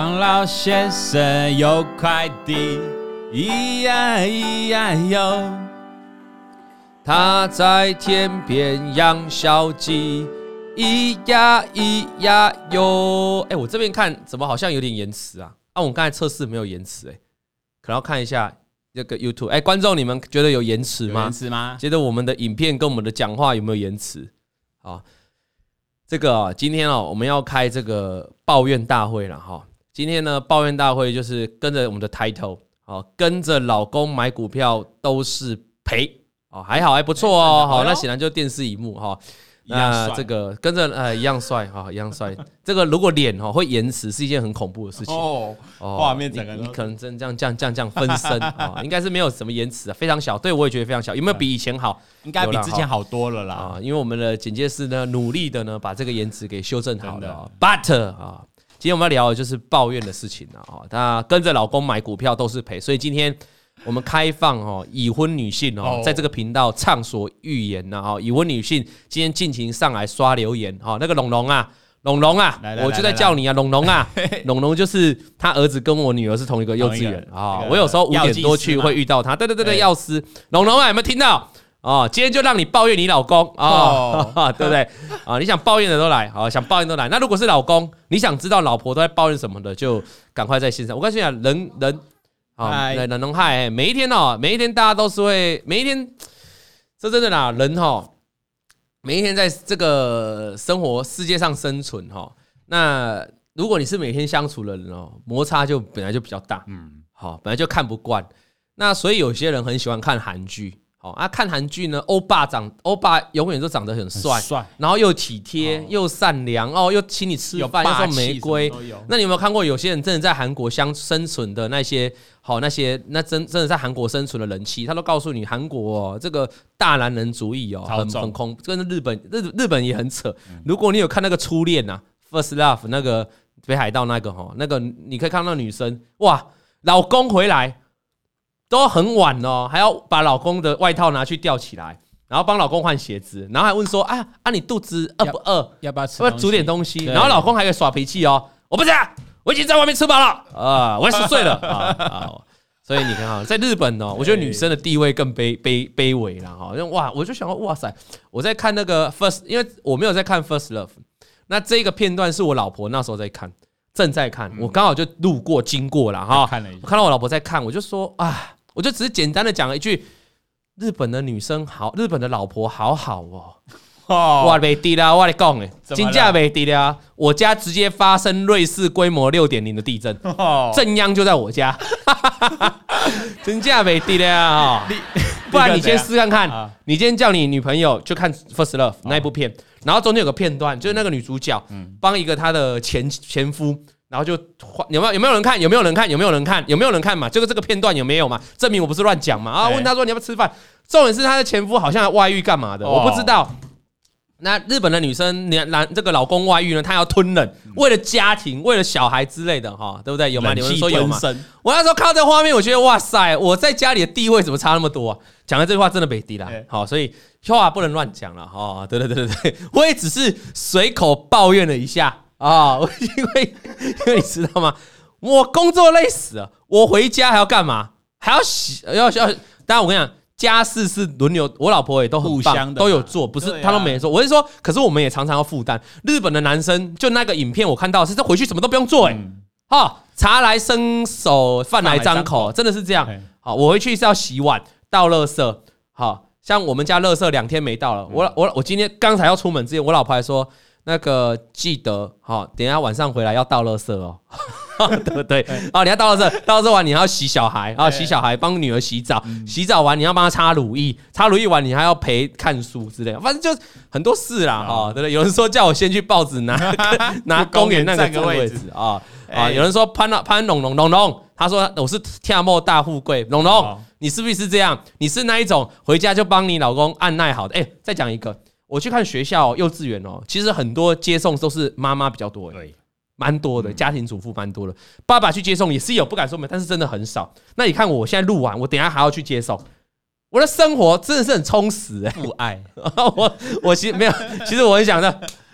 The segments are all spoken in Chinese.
王老先生有快递，咿呀咿呀哟， 他在田边养小鸡，咿呀咿呀哟。我这边看怎么好像有点延迟啊？我们刚才测试没有延迟，可能要看一下这个 YouTube。观众你们觉得有延迟吗？ 有延迟吗？ 觉得我们的影片跟我们的讲话有没有延迟？这个今天我们要开这个抱怨大会了哈。今天呢，抱怨大会就是跟着我们的 title， 跟着老公买股票都是赔，还好还不错哦。那显然就电视荧幕哈。那这个跟着一样帅哈，一样帅。这个如果脸会延迟是一件很恐怖的事情画面整个你可能真这样分身应该是没有什么延迟啊，非常小。对我也觉得非常小，有没有比以前好？ 应该比之前好多了啦。 因为我们的剪接师呢，努力的呢把这个延迟给修正好了。But 今天我们要聊的就是抱怨的事情啊。那跟着老公买股票都是赔，所以今天我们开放已婚女性在这个频道畅所欲言呐。已婚女性今天尽情上来刷留言那个龙龙啊，我就在叫你啊，龙龙啊，龙龙就是他儿子跟我女儿是同一个幼稚园我有时候5点多去会遇到他，对，药师龙龙啊，有没有听到？今天就让你抱怨你老公对不对？你想抱怨的都来，想抱怨都来。那如果是老公，你想知道老婆都在抱怨什么的，就赶快在线上。我告诉你人能害每一天大家都是会，每一天这真的啦，人每一天在这个生活世界上生存那如果你是每天相处的人摩擦就本来就比较大，本来就看不惯。那所以有些人很喜欢看韩剧。看韩剧呢，欧巴永远都长得很帅，然后又体贴，又善良又请你吃饭，又送玫瑰。那你有没有看过有些人真的在韩国生存的那些真的在韩国生存的人妻，他都告诉你韩国这个大男人主义很空，跟日本也很扯。如果你有看那个初恋First Love 那个北海道那个你可以看到女生哇，老公回来。都很晚还要把老公的外套拿去吊起来，然后帮老公换鞋子，然后还问说你肚子饿不饿？ 要不要煮点东西？然后老公还可以耍脾气我不是我已经在外面吃饱了我要10岁了所以你看在日本我觉得女生的地位更卑微了哇，我就想哇塞，我在看那个 First， 因为我没有在看 First Love， 那这个片段是我老婆那时候在看。正在看，我刚好就路过经过了我看到我老婆在看，我就说我就只是简单的讲了一句，日本的女生好，日本的老婆好好我没低啦，我跟你讲真的没低啦，我家直接发生瑞士规模 6.0 的地震，震央就在我家，真的没低啦不然你先试看看，你今天叫你女朋友去看 First Love 那一部片，然后中间有个片段，就是那个女主角帮一个她的前夫。然后就有没有人看？有没有人看嘛？就这个片段有没有嘛？证明我不是乱讲嘛？问他说你要不要吃饭？重点是他的前夫好像外遇干嘛的，我不知道。那日本的女生，这个老公外遇呢，她要吞忍，为了家庭，为了小孩之类的对不对？有吗？有人说有吗？我那时候看到这个画面，我觉得哇塞，我在家里的地位怎么差那么多讲的这句话真的没低啦。所以话不能乱讲了对，我也只是随口抱怨了一下。因为你知道吗？我工作累死了，我回家还要干嘛？还要洗，当然我跟你讲，家事是轮流，我老婆也都很棒，都有做，不是她都没做。我是说，可是我们也常常要负担。日本的男生就那个影片我看到是，这回去什么都不用做茶来伸手，饭来张口，真的是这样。我回去是要洗碗、倒垃圾。像我们家垃圾2天没倒了，我今天刚才要出门之前，我老婆还说。那个记得等一下晚上回来要倒垃圾对不对？你要倒垃圾，倒垃圾完你还要洗小孩洗小孩，帮女儿洗澡，洗澡完你要帮她擦乳液，擦乳液完你还要陪看书之类的，反正就很多事啦对不对？有人说叫我先去报纸拿公园那个位置有人说潘龙，他说我是天幕大富贵，龙你是不是这样？你是那一种回家就帮你老公按耐好的？再讲一个。我去看学校幼稚园其实很多接送都是妈妈比较多，对，蛮多的，家庭主妇蛮多的。爸爸去接送也是有，不敢说没，但是真的很少。那你看我现在录完，我等一下还要去接送，我的生活真的是很充实父爱。我其实没有，其实我很想的，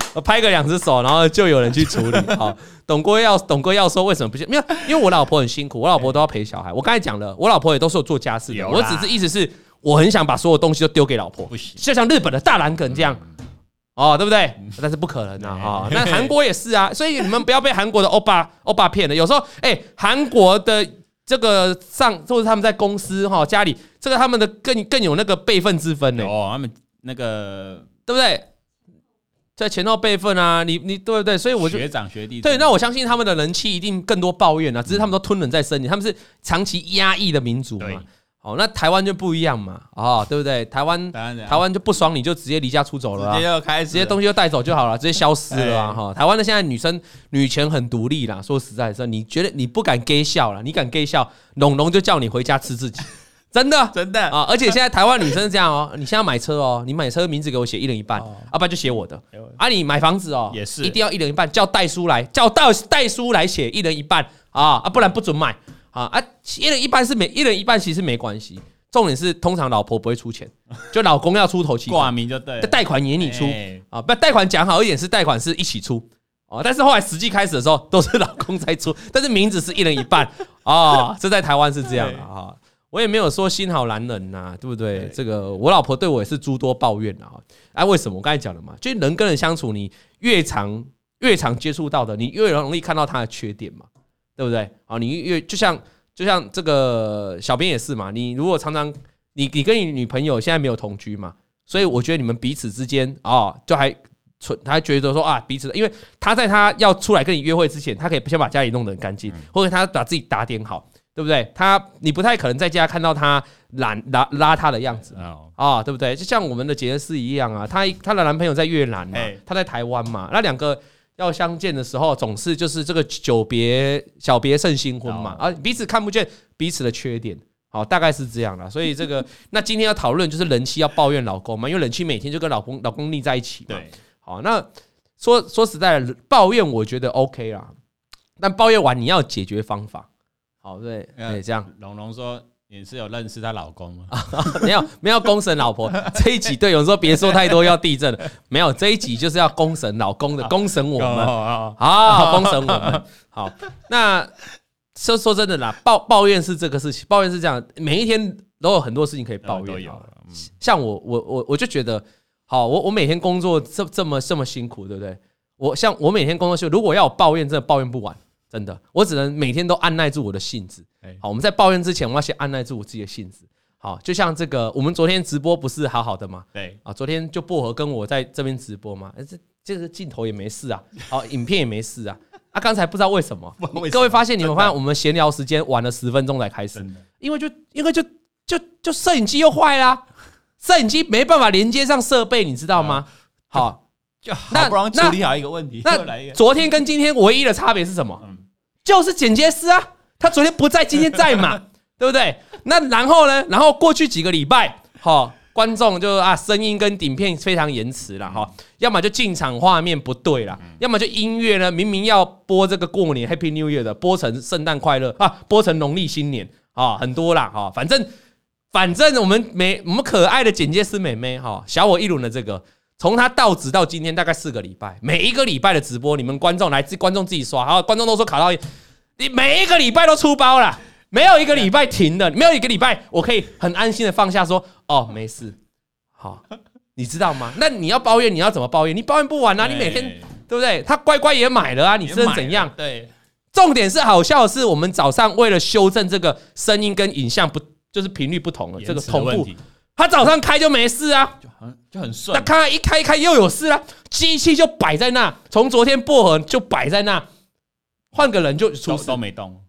拍个2只手，然后就有人去处理。好，董哥要说为什么不行？没有，因为我老婆很辛苦，我老婆都要陪小孩。我刚才讲了，我老婆也都是有做家事的。我只是意思是我很想把所有东西都丢给老婆， 不行， 就像日本的大蓝梗这样。对不对？但是不可能啊！那韩国也是啊，所以你们不要被韩国的欧巴骗了。有时候，韩国的这个或者他们在公司家里，这个他们的更有那个辈分之分呢。 他们那个对不对？在前后辈分啊，你对不对？所以我就学长学弟对，那我相信他们的人气一定更多抱怨啊，只是他们都吞忍在心里，他们是长期压抑的民族嘛。好，那台湾就不一样嘛，对不对？台湾就不爽你就直接离家出走了， 直接就开始， 直接东西就带走就好了，直接消失了啊！台湾的现在女权很独立啦，说实在的，你觉得你不敢 gay 笑了，你敢 gay 笑，龙龙就叫你回家吃自己，真的啊！而且现在台湾女生是这样你现在买车你买车名字给我写1人1半，不然就写我的你买房子也是一定要1人1半，叫代书来写1人1半不然不准买。1人1半1人1半其实没关系，重点是通常老婆不会出钱，就老公要出头期挂名就对了， 贷款也你出不贷款讲好一点是贷款是一起出但是后来实际开始的时候都是老公在出，但是名字是1人1半这在台湾是这样的我也没有说心好男人呐，对不对？这个我老婆对我也是诸多抱怨为什么？我刚才讲了嘛，就人跟人相处，你越常接触到的，你越容易看到他的缺点嘛。对不对？你越就像这个小编也是嘛。你如果常常你跟你女朋友现在没有同居嘛，所以我觉得你们彼此之间就还觉得说彼此，因为他在他要出来跟你约会之前，他可以先把家里弄得很干净，或者他把自己打点好，对不对？你不太可能在家看到他邋遢的样子对不对？就像我们的杰斯一样她的男朋友在越南嘛，她在台湾嘛，那2个。要相见的时候，总是就是这个小别胜新婚嘛，彼此看不见彼此的缺点，大概是这样啦。所以那今天要讨论就是人妻要抱怨老公嘛，因为人妻每天就跟老公腻在一起嘛。 对， 好，那说实在的，抱怨我觉得 OK 啦，但抱怨完你要有解决方法，对，这样。 龙龙说。你是有认识她老公吗？ 没有公审老婆这一集，对，有时候别说太多要地震了，没有这一集就是要公审老公的，公审我们公审我们。好，那说真的啦，抱怨是这个事情，抱怨是这样，每一天都有很多事情可以抱怨。像我就觉得，我每天工作这么辛苦，对不对？我每天工作如果要我抱怨，真的抱怨不完。真的，我只能每天都按耐住我的性子。好，我们在抱怨之前，我要先按耐住我自己的性子。好，就像这个，我们昨天直播不是好好的吗？ 对昨天就薄荷跟我在这边直播嘛，这个镜头也没事影片也没事刚才不知道为什么，各位发现你们发现我们闲聊时间晚了10分钟才开始，因为就摄影机又坏啦，摄影机没办法连接上设备，你知道吗？好。 就好不容易处理好一个问题， 那昨天跟今天唯一的差别是什么？就是剪接师他昨天不在，今天在嘛，对不对？那然后呢？然后过去几个礼拜，观众就声音跟影片非常延迟啦，要么就进场画面不对啦，要么就音乐呢，明明要播这个过年 Happy New Year 的，播成圣诞快乐播成农历新年很多啦反正我们可爱的剪接师妹妹小我一轮的这个。从他到职到今天大概4个礼拜，每一个礼拜的直播，你们观众自己刷，观众都说卡到你每一个礼拜都出包了，没有一个礼拜停的，没有一个礼拜我可以很安心的放下说没事，好，你知道吗？那你要抱怨，你要怎么抱怨？你抱怨不完你每天对不对？他乖乖也买了你是怎样？ 对， 重点是好笑的是，我们早上为了修正这个声音跟影像就是频率不同了，这个同步。他早上开就没事就很顺。 那看一开又有事机器就摆在那，从昨天薄荷就摆在那，换个人就出事都没动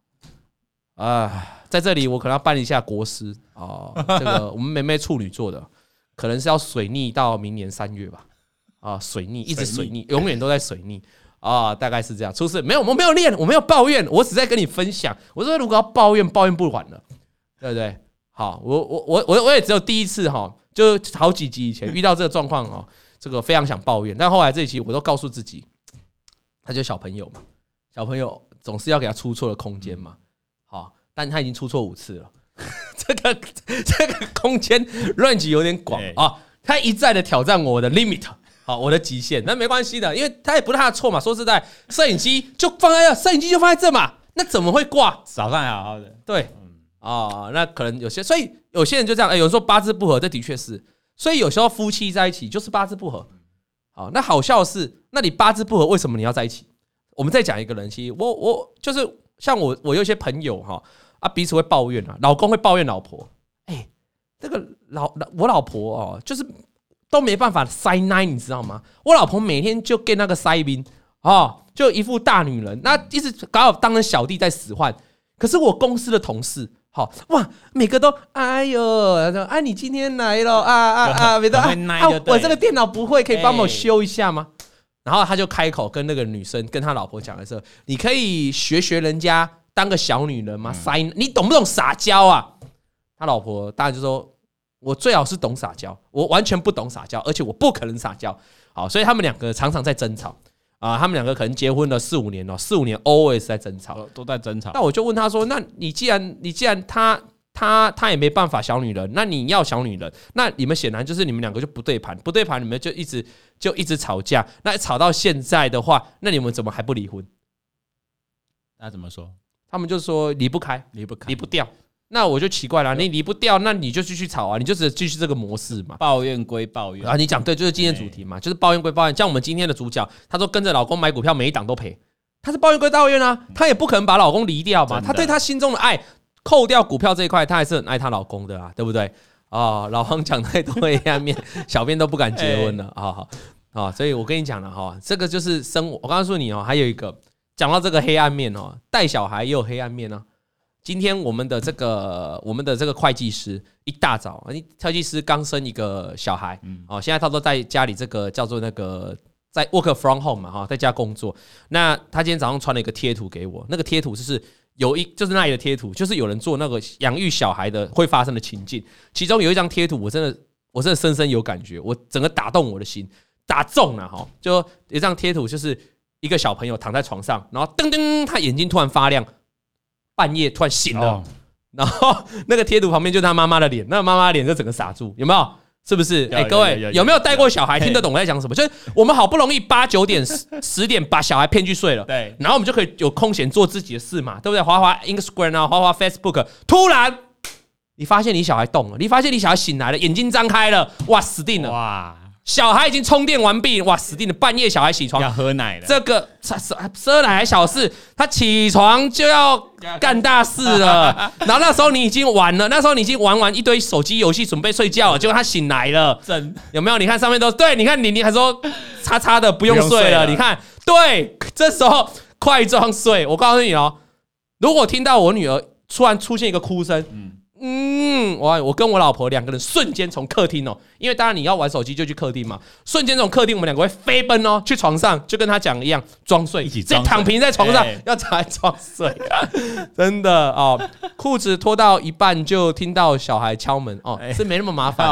在这里我可能要办一下国师这个我们妹妹处女座的，可能是要水逆到明年3月吧水逆一直水逆，永远都在水逆大概是这样。出事没有？我没有练，我没有抱怨，我只在跟你分享。我说如果要抱怨不完了，对不对？好，我也只有第一次就好几集以前遇到这个状况这个非常想抱怨，但后来这一期我都告诉自己，他就是小朋友嘛，小朋友总是要给他出错的空间嘛。好，但他已经出错5次了，这个空间range有点广他一再的挑战我的 limit 好，我的极限，那没关系的，因为他也不是他的错嘛。说实在，摄影机就放在这嘛，那怎么会挂？ 早上还好好的， 对，那可能所以有些人就这样，有人说八字不合，这的确是，所以有时候夫妻在一起就是八字不合。好，那好笑的是，那你八字不合，为什么你要在一起？我们再讲一个人，其实我就是像我有一些朋友彼此会抱怨老公会抱怨老婆，这个我老婆就是都没办法塞奶，你知道吗？我老婆每天就跟那个塞宾就一副大女人，那一直搞我当成小弟在使唤。可是我公司的同事，哇，每个都哎呦，你今天来了每个我这个电脑不会，可以帮我修一下吗？然后他就开口跟那个女生跟他老婆讲的时候，你可以学人家当个小女人吗？你懂不懂撒娇啊？他老婆当然就说，我最好是懂撒娇，我完全不懂撒娇，而且我不可能撒娇。好，所以他们两个常常在争吵他们两个可能结婚了4-5年4-5年 always 在争吵， 都在争吵。 那我就问他说，那你既然他也没办法小女人，那你要小女人，那你们显然就是你们两个就不对盘，你们就一直吵架。那吵到现在的话，那你们怎么还不离婚？ 那怎么说？ 他们就说离不开，离不掉。那我就奇怪了，你离不掉，那你就继续吵你就只继续这个模式嘛。 抱怨归抱怨你讲对，就是今天主题嘛，就是抱怨归抱怨。像我们今天的主角，他说跟着老公买股票，每一档都赔，他是抱怨归抱怨他也不可能把老公离掉嘛。他对他心中的爱，扣掉股票这一块，他还是很爱他老公的对不对？老黄讲太多黑暗面，小编都不敢结婚了好，所以我跟你讲了这个就是生活。我刚刚说你还有一个讲到这个黑暗面带小孩也有黑暗面今天我们的这个会计师一大早，会计师刚生一个小孩现在他都在家里这个叫做那个在 work from home 嘛在家工作。那他今天早上传了一个贴图给我，那个贴图就是就是那里的贴图，就是有人做那个养育小孩的会发生的情境。其中有一张贴图，我真的深深有感觉，我整个打动我的心，打中了就有一张贴图，就是一个小朋友躺在床上，然后噔噔，他眼睛突然发亮。半夜突然醒了然后那个贴图旁边就是他妈妈的脸，那个妈妈的脸就整个傻住，有没有？是不是？各位有没有带过小孩听得懂我在讲什么？就是我们好不容易8、9点、10点把小孩骗去睡了， 对， 然后我们就可以有空闲做自己的事嘛，对不对？滑 Instagram 滑 Facebook， 突然你发现你小孩动了，你发现你小孩醒来了，眼睛张开了，哇，死定了！哇！小孩已经充电完毕，哇，死定了！半夜小孩起床要喝奶了， 这个喝奶还小事，他起床就要干大事了。然后那时候你已经玩了，那时候你已经玩完一堆手机游戏，准备睡觉了，结果他醒来了，有没有？你看上面都对，你看你还说叉叉的不用睡了，你看对，这时候快装睡。我告诉你如果听到我女儿突然出现一个哭声，我跟我老婆两个人瞬间从客厅因为当然你要玩手机就去客厅嘛，瞬间从客厅我们两个会飞奔去床上，就跟他讲一样，装睡，直接躺平在床上，要起来装睡，真的裤子脱到一半就听到小孩敲门是没那么麻烦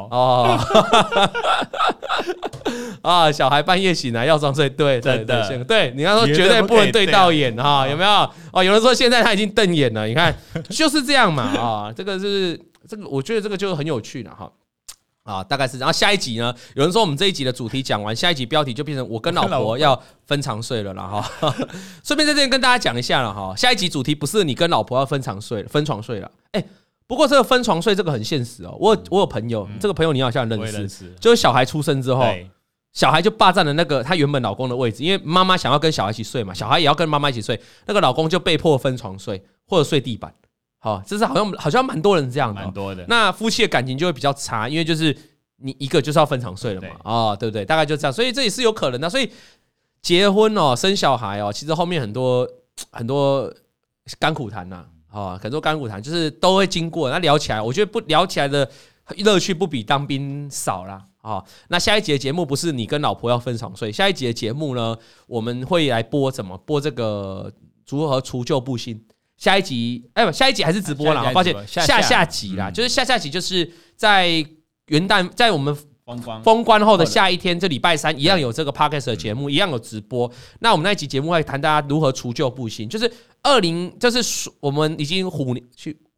小孩半夜醒来要装睡，对，你刚说绝对不能对到眼有没有？有人说现在他已经瞪眼了，你看就是这样嘛这个，我觉得这个就很有趣了大概是。然后下一集呢，有人说我们这一集的主题讲完，下一集标题就变成我跟老婆要分床睡了啦顺便在这边跟大家讲一下了下一集主题不是你跟老婆要分床睡了不过这个分床睡这个很现实我有朋友，这个朋友你好像认识，就是小孩出生之后，小孩就霸占了那个他原本老公的位置，因为妈妈想要跟小孩一起睡嘛，小孩也要跟妈妈一起睡，那个老公就被迫分床睡或者睡地板。这是好像蛮多人这样的，蛮多的。那夫妻的感情就会比较差，因为就是你一个就是要分床睡了嘛，对不对？大概就这样，所以这也是有可能的。所以结婚生小孩其实后面很多甘苦谈很多甘苦谈就是都会经过。那聊起来，我觉得不聊起来的乐趣不比当兵少啦。那下一集的节目不是你跟老婆要分床睡，下一集的节目呢，我们会来怎么播这个如何除旧布新。下一集下一集还是直播啦，抱歉，下集啦，就是下集就是在元旦，在我们封关后的下一天，这礼拜3一样有这个 podcast 的节目，一样有直播。那我们那一集节目会谈大家如何除旧布新，就是就是我们已经虎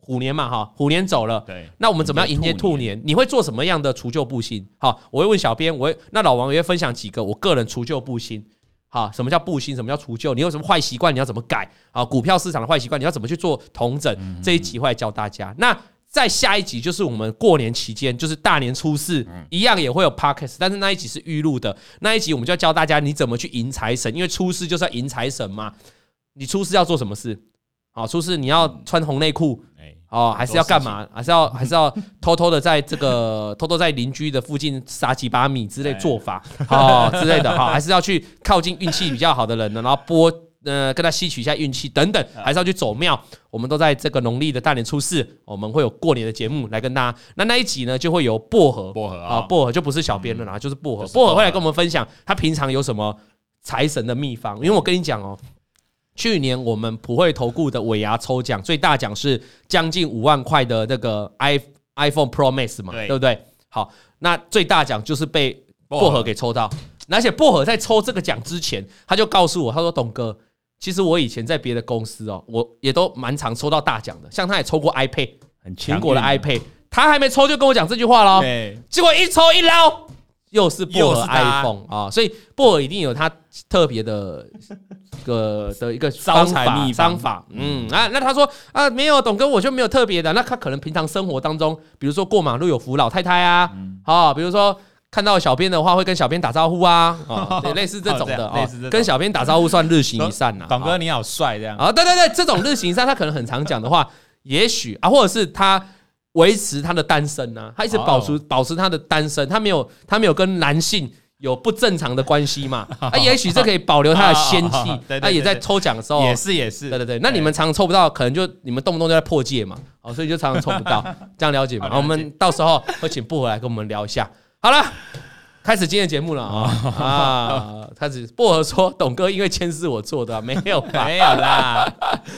虎年嘛哈，虎年走了， 对， 那我们怎么样迎接兔年？你会做什么样的除旧布新？好，我会问小编，那老王也会分享几个我个人除旧布新。好，什么叫布新？什么叫除旧？你有什么坏习惯？你要怎么改？啊，股票市场的坏习惯你要怎么去做统整？这一集会来教大家。那在下一集就是我们过年期间，就是大年初四，一样也会有 podcast， 但是那一集是预录的。那一集我们就要教大家你怎么去迎财神，因为初四就是要迎财神嘛。你初四要做什么事？好，初四你要穿红内裤。还是要干嘛？还是要偷偷的在偷偷在邻居的附近撒几把米之类做法之类的还是要去靠近运气比较好的人呢，然后跟他吸取一下运气等等，还是要去走庙。我们都在这个农历的大年初四，我们会有过年的节目来跟大家。那一集呢，就会有薄荷薄荷就不是小编了啦，就是薄荷。薄荷会来跟我们分享他平常有什么财神的秘方，因为我跟你讲哦。去年我们普惠投顾的尾牙抽奖，最大奖是将近5万块的那个 iPhone Pro Max 嘛，对不对？好，那最大奖就是被薄荷给抽到，而且薄荷在抽这个奖之前，他就告诉我，他说：“董哥，其实我以前在别的公司我也都蛮常抽到大奖的，像他也抽过 iPad， 苹果的 iPad， 他还没抽就跟我讲这句话咯，结果一抽一捞。”又是薄荷 iPhone 啊，所以薄荷一定有它特别的一个方法。那他说没有，董哥我就没有特别的。那他可能平常生活当中，比如说过马路有扶老太太啊，比如说看到小编的话会跟小编打招呼啊，类似这种的跟小编打招呼算日行一善呐。 董哥你好帅这样对，这种日行一善他可能很常讲的话，也许或者是他。维持他的单身啊，他一直保持他的单身，他没有跟男性有不正常的关系嘛？也许这可以保留他的仙气。他也在抽奖的时候， 也是， 对。那你们常抽不到，可能就你们动不动就在破戒嘛，所以就常常抽不到，这样了解吗？我们到时候会请薄荷来跟我们聊一下。好了，开始今天的节目了开始薄荷说，董哥因为签是我做的，没有吧？ 没有啦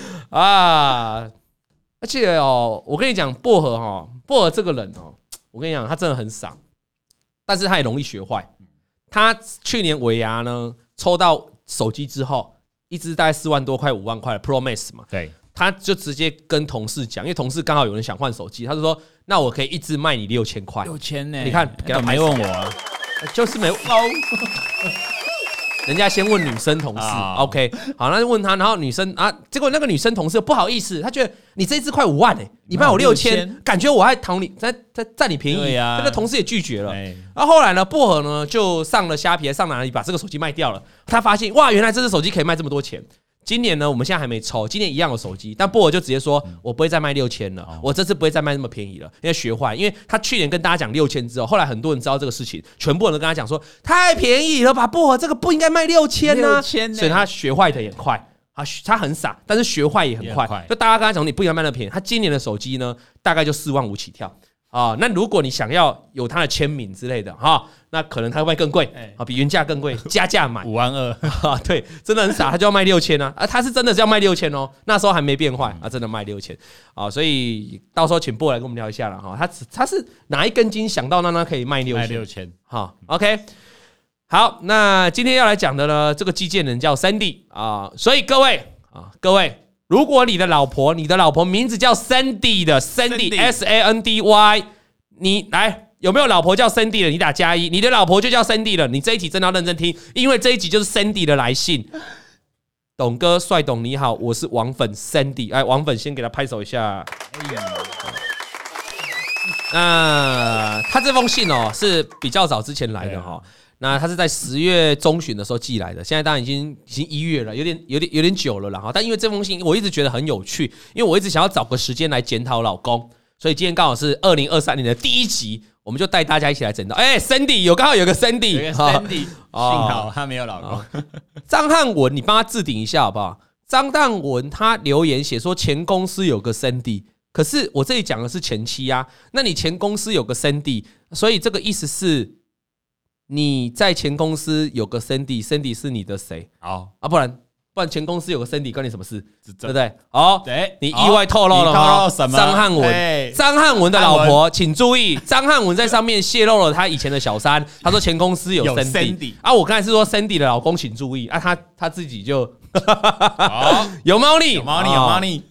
而且我跟你讲，薄荷这个人我跟你讲，他真的很傻，但是他也容易学坏。他去年尾牙呢，抽到手机之后，一支大概4万多块、5万块的 Pro Max 嘛， 对， 他就直接跟同事讲，因为同事刚好有人想换手机，他就说：“那我可以一支卖你6000块。 ”6000呢？ 你看，给他没问我， 就是没人家先问女生同事 ，OK， 好，那就问他，然后女生结果那个女生同事不好意思，她觉得你这一支快5万你卖我6000，感觉我还讨你占你便宜，那个同事也拒绝了。然后后来呢，薄荷呢就上了虾皮，上哪里把这个手机卖掉了，他发现哇，原来这只手机可以卖这么多钱。今年呢，我们现在还没抽，今年一样有手机，但薄荷就直接说，我不会再卖6000了，我这次不会再卖那么便宜了，因为学坏，因为他去年跟大家讲6000之后，后来很多人知道这个事情，全部人都跟他讲说太便宜了吧，薄荷这个不应该卖6000啊，所以他学坏的也快，他很傻，但是学坏也很快，就大家跟他讲你不应该卖那么便宜，他今年的手机呢大概就4万5起跳。那如果你想要有他的签名之类的那可能他会卖更贵比原价更贵，加价买 5万2 对，真的很傻，他就要卖6000他是真的是要卖6000那时候还没变坏真的卖6000所以到时候请薄荷来跟我们聊一下了他是哪一根筋想到让他可以卖6000OK 好，那今天要来讲的呢，这个基建人叫 Sandy 所以各位如果你的老婆名字叫 Sandy 的 Sandy Sandy， 你来有没有老婆叫 Sandy 的？你打+1，你的老婆就叫 Sandy 了。你这一集真的要认真听，因为这一集就是 Sandy 的来信。董哥帅董你好，我是王粉 Sandy， 王粉先给他拍手一下。他这封信是比较早之前来的那他是在10月中旬的时候寄来的，现在当然已经1月了，有点久了啦。但因为这封信我一直觉得很有趣，因为我一直想要找个时间来检讨老公，所以今天刚好是2023年的第1集，我们就带大家一起来检讨。Sandy 刚好有个 Sandy， 幸好他没有老公。 张汉文，你帮他置顶一下好不好？张汉文他留言写说前公司有个 Sandy， 可是我这里讲的是前妻啊，那你前公司有个 Sandy， 所以这个意思是。你在前公司有个 Sandy 是你的谁？不然前公司有个 Sandy 关你什么事？对不对？你意外透露了什么？张汉文的老婆，请注意，张汉文在上面泄露了他以前的小三，他说前公司有 Sandy 我刚才是说 Sandy 的老公，请注意他自己就有猫腻，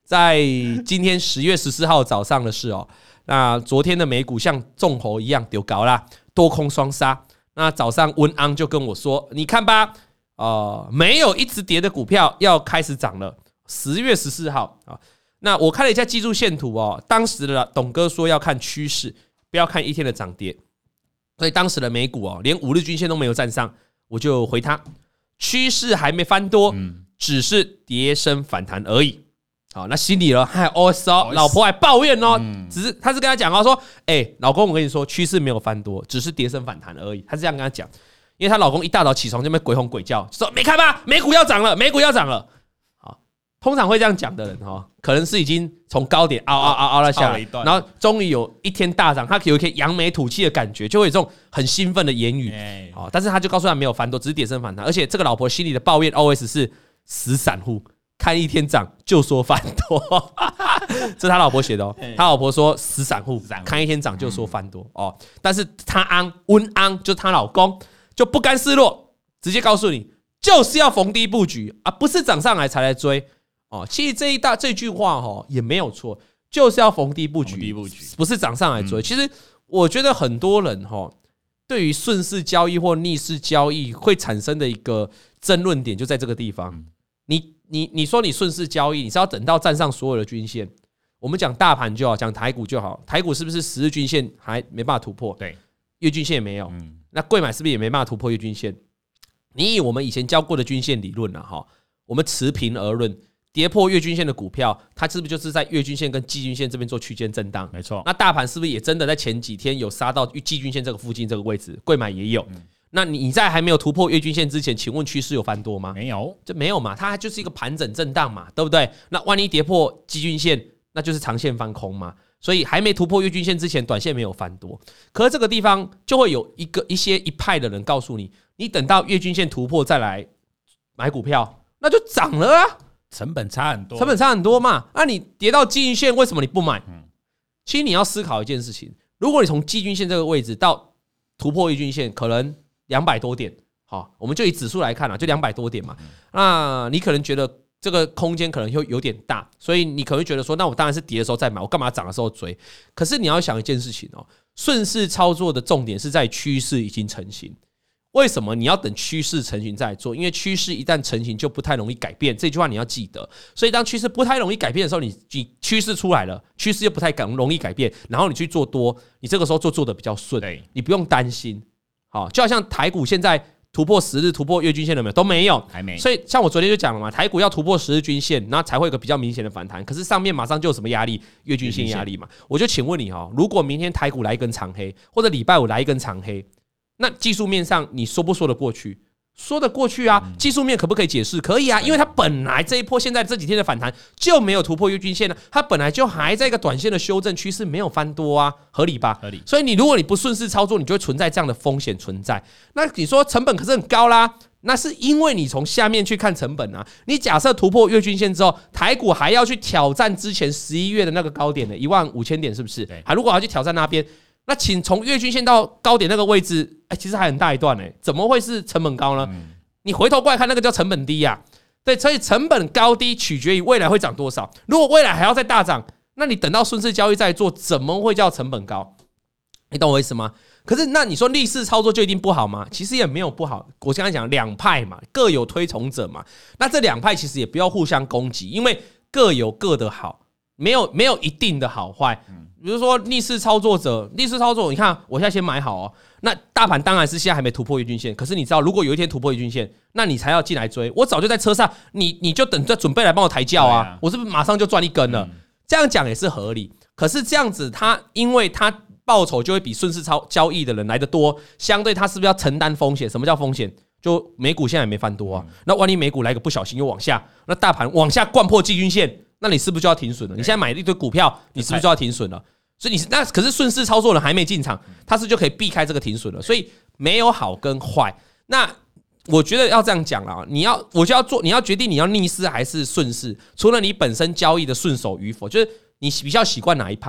在今天10月14号早上的事哦。那昨天的美股像纵猴一样丢高啦，多空双杀。那早上温安就跟我说：“你看吧，没有一直跌的股票要开始涨了。”10月14号啊，那我看了一下技术线图哦，当时的董哥说要看趋势，不要看一天的涨跌，所以当时的美股哦，连5日均线都没有站上，我就回他：趋势还没翻多，只是跌升反弹而已。好，那心里还有 OS 哦，老婆还抱怨哦，只是他是跟他讲哦，说，老公，我跟你说，趋势没有翻多，只是跌升反弹而已。他是这样跟他讲，因为她老公一大早起床就被鬼吼鬼叫，说没看吧，美股要涨了，美股要涨了。好，通常会这样讲的人可能是已经从高点熬了下来，然后终于有一天大涨，他有一天扬眉吐气的感觉，就会有这种很兴奋的言语。但是他就告诉他没有翻多，只是跌升反弹，而且这个老婆心里的抱怨 OS 是死散户。看一天涨就说翻多，这是他老婆写的哦。他老婆说死散户看一天涨就说翻多哦，但是他温安就是她老公就不甘示弱，直接告诉你就是要逢低布局啊，不是涨上来才来追哦。其实这句话也没有错，就是要逢低布局，不是涨上来追。其实我觉得很多人对于顺势交易或逆势交易会产生的一个争论点就在这个地方。你说你顺势交易，你是要等到站上所有的均线。我们讲大盘就好，讲台股就好。台股是不是10日均线还没办法突破？ 对， 月均线也没有。那贵买是不是也没办法突破月均线？你以我们以前教过的均线理论我们持平而论，跌破月均线的股票，它是不是就是在月均线跟季均线这边做区间震荡？ 没错。 那大盘是不是也真的在前几天有杀到季均线这个附近这个位置？贵买也有。那你在还没有突破月均线之前，请问趋势有翻多吗？ 没有， 就没有嘛，它就是一个盘整震荡嘛，对不对？那万一跌破季均线，那就是长线翻空嘛。所以还没突破月均线之前，短线没有翻多。可是这个地方就会有一派的人告诉你，你等到月均线突破再来买股票，那就涨了啊， 成本差很多嘛。那你跌到季均线，为什么你不买？其实你要思考一件事情，如果你从季均线这个位置到突破月均线，可能200多点，好，我们就以指数来看就200多点嘛。那你可能觉得这个空间可能有点大，所以你可能会觉得说，那我当然是跌的时候再买，我干嘛涨的时候追？可是你要想一件事情顺势操作的重点是在趋势已经成型。为什么你要等趋势成型再做？因为趋势一旦成型就不太容易改变，这句话你要记得。所以当趋势不太容易改变的时候，你趋势出来了，趋势又不太容易改变，然后你去做多，你这个时候做的比较顺，你不用担心。好，就好像台股现在突破10日、突破月均线了没有？都没有， 还没。 所以像我昨天就讲了嘛，台股要突破10日均线，那才会有个比较明显的反弹。可是上面马上就有什么压力？月均线压力嘛。我就请问你如果明天台股来一根长黑，或者礼拜五来一根长黑，那技术面上你说不说得过去？说得过去啊。技术面可不可以解释？可以啊，因为它本来这一波现在这几天的反弹就没有突破月均线，它本来就还在一个短线的修正趋势，没有翻多啊，合理吧？合理。所以如果你不顺势操作，你就会存在这样的风险存在。那你说成本可是很高啦，那是因为你从下面去看成本啊。你假设突破月均线之后，台股还要去挑战之前11月的那个高点的15000点，是不是？如果还要去挑战那边，那请从月均线到高点那个位置，其实还很大一段怎么会是成本高呢？你回头过来看，那个叫成本低啊。对，所以成本高低取决于未来会涨多少。如果未来还要再大涨，那你等到顺势交易再做，怎么会叫成本高？你懂我意思吗？可是那你说逆势操作就一定不好吗？其实也没有不好。我刚才讲两派嘛，各有推崇者嘛。那这两派其实也不要互相攻击，因为各有各的好，没有一定的好坏。比如说逆势操作者，逆势操作，你看我现在先买好那大盘当然是现在还没突破月均线，可是你知道，如果有一天突破月均线，那你才要进来追。我早就在车上，你就等着准备来帮我抬轿啊！我是不是马上就赚一根了？这样讲也是合理。可是这样子，因为他报酬就会比顺势交易的人来得多，相对他是不是要承担风险？什么叫风险？就美股现在也没翻多那万一美股来个不小心又往下，那大盘往下灌破季均线，那你是不是就要停损了？你现在买一堆股票，你是不是就要停损了？所以那可是顺势操作人还没进场，他是就可以避开这个停损了。所以没有好跟坏。那我觉得要这样讲啦，你要决定你要逆势还是顺势，除了你本身交易的顺手与否，就是你比较习惯哪一派。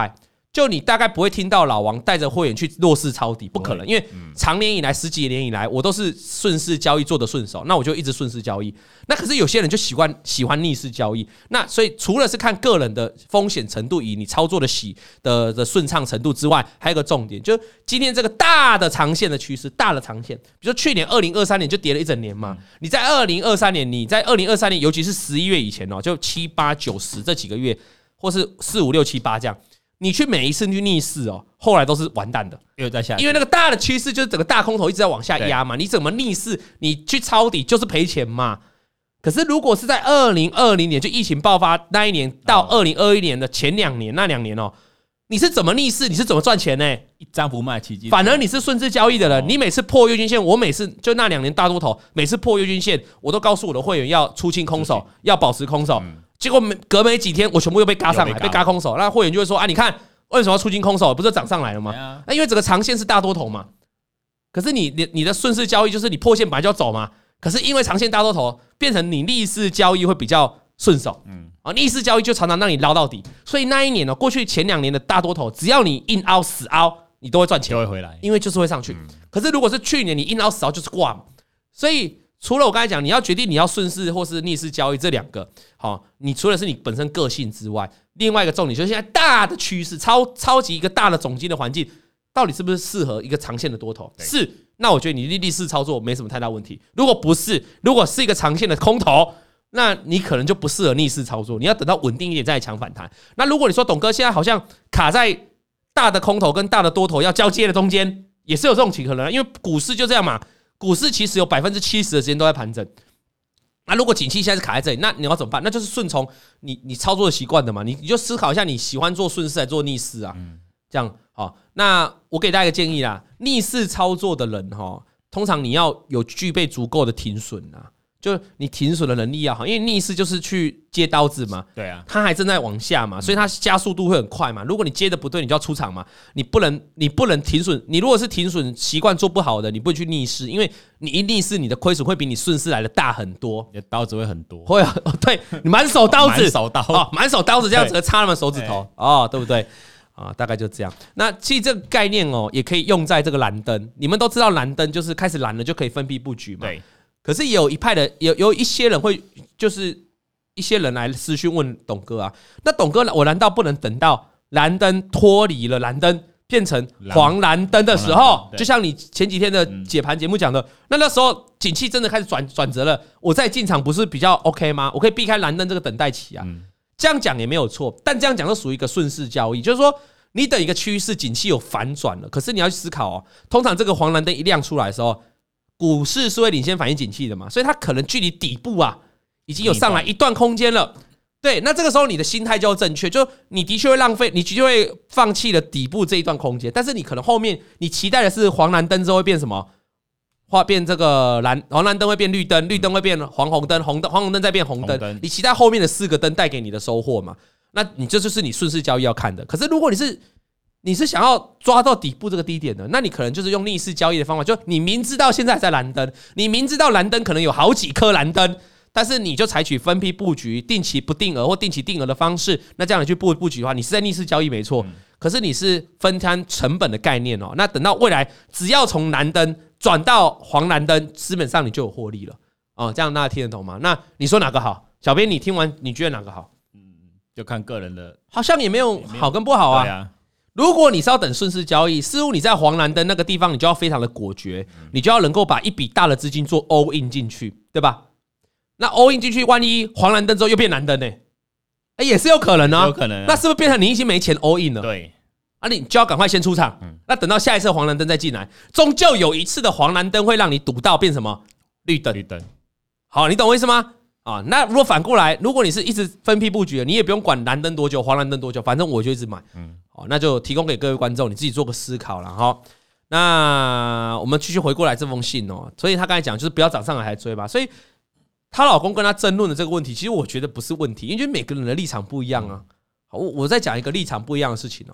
就你大概不会听到老王带着会员去弱势抄底，不可能，因为长年以来10几年以来，我都是顺势交易做的顺手，那我就一直顺势交易。那可是有些人就喜欢逆势交易，那所以除了是看个人的风险程度，以你操作的顺畅程度之外，还有一个重点，就是今天这个大的长线的趋势，大的长线，比如说去年2023年就跌了一整年嘛，你在2023年，尤其是11月以前就7、8、9、10这几个月，或是4、5、6、7、8这样。你去每一次去逆势后来都是完蛋的， 又在下跌， 因为那个大的趋势就是整个大空头一直在往下压嘛，你怎么逆势，你去抄底就是赔钱嘛。可是如果是在2020年就疫情爆发那一年到2021年的前2年那2年你是怎么逆势，你是怎么赚钱呢？ 一张不卖奇迹， 反而你是顺势交易的人，你每次破月均线，我每次就那2年大多头，每次破月均线，我都告诉我的会员要出清空手，要保持空手。结果隔没几天，我全部又被嘎上来，被嘎空手。那会员就会说你看为什么要出清空手？不是涨上来了吗？那因为整个长线是大多头嘛。可是你的顺势交易就是你破线本来就要走嘛。可是因为长线大多头变成你逆势交易会比较顺手，逆势交易就常常让你捞到底。所以那一年过去前2年的大多头，只要你硬凹死凹，你都会赚钱， 就会回来， 因为就是会上去。可是如果是去年你硬凹死凹就是挂嘛，所以。除了我刚才讲，你要决定你要顺势或是逆势交易这2个，你除了是你本身个性之外，另外一个重点就是现在大的趋势，超级一个大的总金的环境，到底是不是适合一个长线的多头？是，那我觉得你逆势操作没什么太大问题。如果不是，如果是一个长线的空头，那你可能就不适合逆势操作，你要等到稳定一点再来抢反弹。那如果你说董哥现在好像卡在大的空头跟大的多头要交接的中间，也是有这种情况的，因为股市就这样嘛。股市其实有70%的时间都在盘整，那如果景气现在是卡在这里，那你要怎么办？那就是顺从你操作的习惯的嘛，你就思考一下，你喜欢做顺势还是做逆势啊？这样那我给大家一个建议啦，逆势操作的人通常你要有具备足够的停损啊。就你停损的能力要好，因为逆势就是去接刀子嘛， 对啊， 它还正在往下嘛，所以它加速度会很快嘛。如果你接的不对，你就要出场嘛。你不能停损，你如果是停损习惯做不好的，你不会去逆势，因为你一逆势，你的亏损会比你顺势来的大很多， 你的刀子会很多， 会对你满手刀子，满手刀子这样子插他们手指头对不对？大概就这样。那其实这个概念也可以用在这个蓝灯。你们都知道蓝灯就是开始蓝了就可以分批布局嘛。 对。 可是也有一派的有一些人会，就是一些人来私讯问董哥啊，那董哥，我难道不能等到蓝灯脱离了蓝灯变成黄蓝灯的时候，就像你前几天的解盘节目讲的，那时候景气真的开始转折了，我再进场不是比较 OK 吗？我可以避开蓝灯这个等待期啊。这样讲也没有错，但这样讲就属于一个顺势交易，就是说你等一个趋势景气有反转了，可是你要去思考通常这个黄蓝灯一亮出来的时候，股市是会领先反映景气的嘛，所以它可能距离底部已经有上来一段空间了。对，那这个时候你的心态就要正确，就你的确会浪费，你的确会放弃了底部这一段空间，但是你可能后面你期待的是黄蓝灯之后会变什么？变这个黄蓝灯会变绿灯，绿灯会变黄红灯，黄红灯再变红灯。你期待后面的4个灯带给你的收获嘛？那你这就是你顺势交易要看的。可是如果你是想要抓到底部这个低点的，那你可能就是用逆势交易的方法，就你明知道现在还在蓝灯，你明知道蓝灯可能有好几颗蓝灯，但是你就采取分批布局、定期不定额或定期定额的方式，那这样你去布局的话，你是在逆势交易没错，可是你是分摊成本的概念那等到未来只要从蓝灯转到黄蓝灯，基本上你就有获利了这样大家听得懂吗？那你说哪个好？小编你听完你觉得哪个好？ 就看个人的， 好像也没有好跟不好啊。 对啊， 如果你是要等顺势交易，似乎你在黄蓝灯那个地方，你就要非常的果决，你就要能够把一笔大的资金做 all in 进去，对吧？那 all in 进去，万一黄蓝灯之后又变蓝灯呢？也是有可能啊， 有可能那是不是变成你已经没钱 all in 了？ 对， 你就要赶快先出场。那等到下一次黄蓝灯再进来，终究有一次的黄蓝灯会让你赌到变什么绿灯。好，你懂我意思吗？那如果反过来，如果你是一直分批布局的，你也不用管蓝灯多久，黄蓝灯多久，反正我就一直买。那就提供给各位观众，你自己做个思考啦齁。那我们继续回过来这封信所以他刚才讲就是不要涨上来才追嘛，所以她老公跟她争论的这个问题，其实我觉得不是问题，因为每个人的立场不一样啊。我再讲一个立场不一样的事情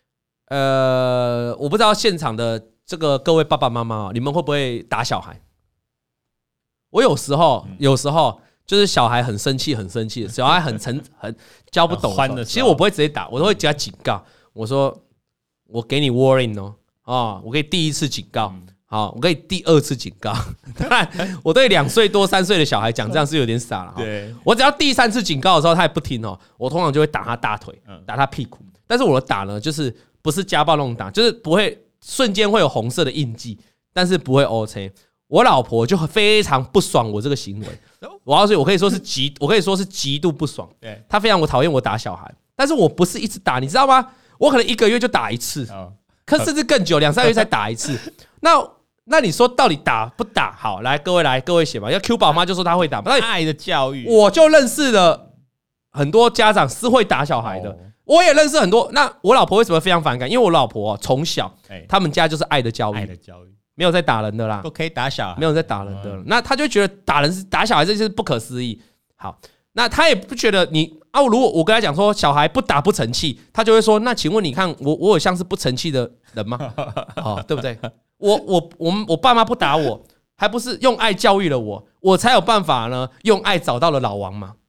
我不知道现场的这个各位爸爸妈妈你们会不会打小孩？我有时候就是小孩很生气的，小孩很教不懂的，其实我不会直接打，我都会给他警告。 我说我给你 warning 哦，我给第一次警告。好，我给你第2次警告。当然，我对2岁多3岁的小孩讲这样是有点傻了。对，我只要第3次警告的时候，他也不听哦，我通常就会打他大腿，打他屁股。但是我的打呢，就是不是家暴那种打，就是不会瞬间会有红色的印记，但是不会 OK。我老婆就非常不爽我这个行为，我可以说是极度不爽。她非常讨厌我打小孩，但是我不是一直打，你知道吗？我可能1个月就打1次，可甚至更久，2、3个月才打1次。那你说到底打不打？好，来各位写吧。要 Q 宝妈就说她会打， 爱的教育， 我就认识了很多家长是会打小孩的，我也认识很多。那我老婆为什么非常反感？因为我老婆从小他们家就是爱的教育，没有在打人的啦， 都可以打小孩， 没有在打人的。那他就觉得打小孩这就是不可思议。好，那他也不觉得你啊，如果我跟他讲说小孩不打不成器，他就会说那请问你看我有像是不成器的人吗？哦，对不对？我爸妈不打我，还不是用爱教育了我才有办法呢，用爱找到了老王嘛。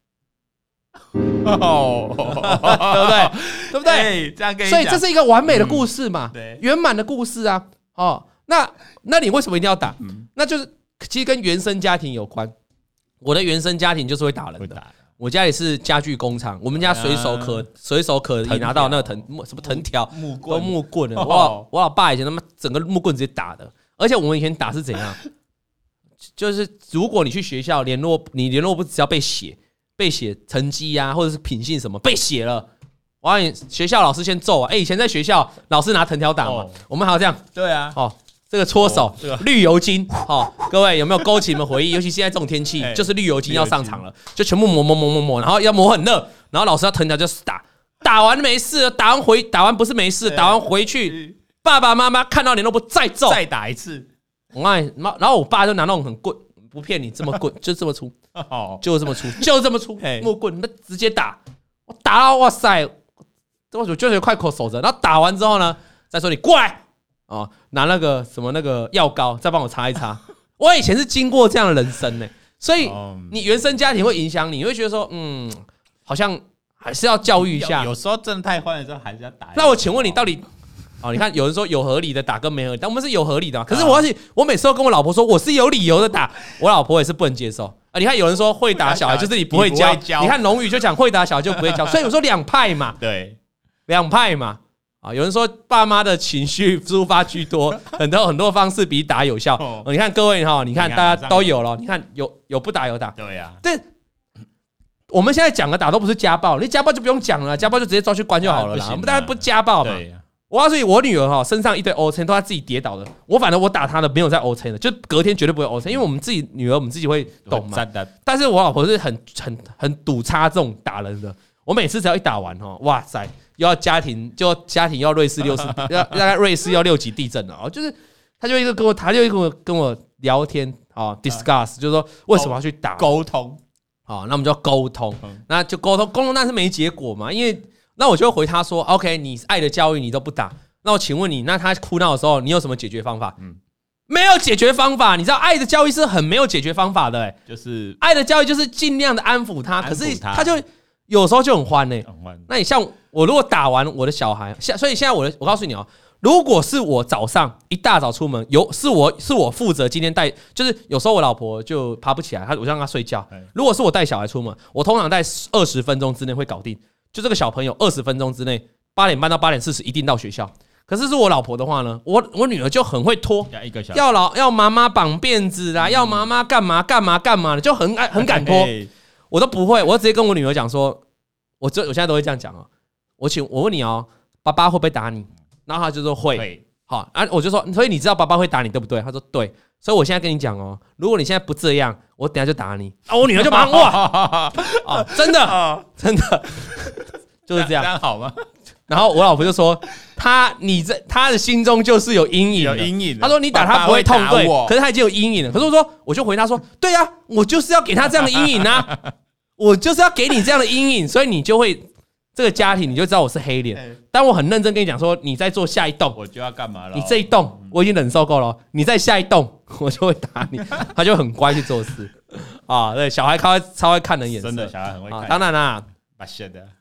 哦，对不对？对不对？ 这样跟你讲， 所以这是一个完美的故事嘛，圆满的故事啊。哦，那你为什么一定要打？那就是其实跟原生家庭有关。我的原生家庭就是会打人的。我家里是家具工厂，我们家随手可以拿到那个什么藤条、木棍的。我老爸以前他妈整个木棍直接打的，而且我们以前打是怎样？就是如果你去学校联络部，只要被写成绩啊，或者是品性什么被写了，我让你学校老师先揍啊！以前在学校老师拿藤条打嘛，我们还要这样。 对啊， 这个搓手，绿油精，各位有没有勾起你们回忆？尤其现在这种天气，就是绿油精要上场了，就全部磨，然后要磨很热，然后老师要藤条就是打完没事，打完不是没事，打完回去，爸爸妈妈看到联络簿再揍， 再打一次。 然后我爸就拿那种很棍，不骗你，这么棍就这么粗，就这么粗木棍，那直接打，我打到哇塞，我就觉得快口守着，然后打完之后呢，再说你过来。拿那个什么那个药膏，再帮我擦一擦。我以前是经过这样的人生呢，所以你原生家庭会影响你会觉得说，好像还是要教育一下。 有时候真的太坏的时候，还是要打。 那我请问你，到底你看有人说有合理的打跟没合理，但我们是有合理的嘛？可是我每次都跟我老婆说我是有理由的打，我老婆也是不能接受啊。你看有人说会打小孩就是你不会教，你看龙宇就讲会打小孩就不会教，所以我说两派嘛， 对， 两派嘛。有人说爸妈的情绪抒发居多，很多方式比打有效。你看各位你看大家都有了，你看有不打有打， 对呀。 但我们现在讲的打都不是家暴，你家暴就不用讲了，家暴就直接抓去关就好了啦。我们当然不家暴嘛。我告诉你，我女儿身上一堆 O 青都她自己跌倒的，反正我打她的没有在 O 青的，就隔天绝对不会 O 青，因为我们自己女儿我们自己会懂嘛。但是我老婆是很赌差这种打人的，我每次只要一打完哇塞！家庭要瑞士60，大概瑞士要6级地震了就是他就一直跟我聊天discuss， 就是说为什么要去打沟通那我们就要沟通，那就沟通，但是没结果嘛，因为那我就会回他说 OK， 你爱的教育你都不打，那我请问你，那他哭闹的时候你有什么解决方法？没有解决方法，你知道爱的教育是很没有解决方法的就是爱的教育就是尽量的安抚他，可是他就有时候就很欢那你像我如果打完我的小孩，所以现在我告诉你如果是我早上一大早出门，是我负责今天带，就是有时候我老婆就爬不起来，我就让她睡觉。如果是我带小孩出门，我通常在20分钟之内会搞定，就这个小朋友20分钟之内8点半到8点40一定到学校。可是我老婆的话呢，我女儿就很会拖，要妈妈绑辫子啦，要妈妈干嘛的，就很敢拖。我都不会，我直接跟我女儿讲说，我现在都会这样讲我问你爸爸会不会打你？然后他就说会。好我就说，所以你知道爸爸会打你对不对？他说对。所以我现在跟你讲如果你现在不这样，我等一下就打你我女儿就马上哇真的就是这样， 这样好吗？ 然后我老婆就说，她的心中就是有阴影，她说你打她不会痛，对，可是她已经有阴影了。可是我就回她说，对啊，我就是要给她这样的阴影啊，我就是要给你这样的阴影，所以你就会这个家庭你就知道我是黑脸。但我很认真跟你讲说，你再做下一动， 我就要干嘛了？ 你这一动我已经忍受够了，你再下一动我就会打你。他就很乖去做事对，小孩超会看人眼色， 真的小孩很会看。 当然啦，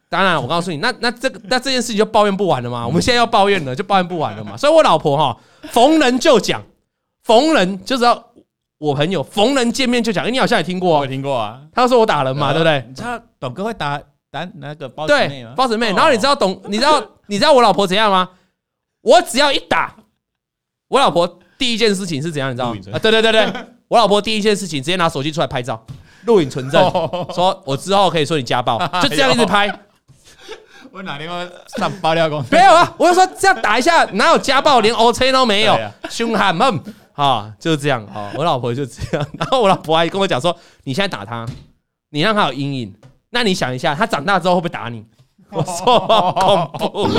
当然，我告诉你，那这件事情就抱怨不完了嘛。我们现在要抱怨了，就抱怨不完了嘛。所以我老婆逢人就讲，逢人就知道我朋友逢人见面就讲。你好像也听过， 我听过啊。 他说我打人嘛，对不对？ 你知道董哥会打那个包子妹吗？ 对，包子妹。然后你知道我老婆怎样吗？我只要一打，我老婆第一件事情是怎样？你知道吗？对，我老婆第一件事情直接拿手机出来拍照，录影存证，说我之后可以说你家暴，就这样一直拍。 我哪天会上爆料公司？ 没有啊，我就说这样打一下，哪有家暴，连 OK 都没有，凶悍闷就是这样我老婆就这样，然后我老婆还跟我讲说，你现在打他，你让他有阴影，那你想一下，他长大之后会不会打你？我说好恐怖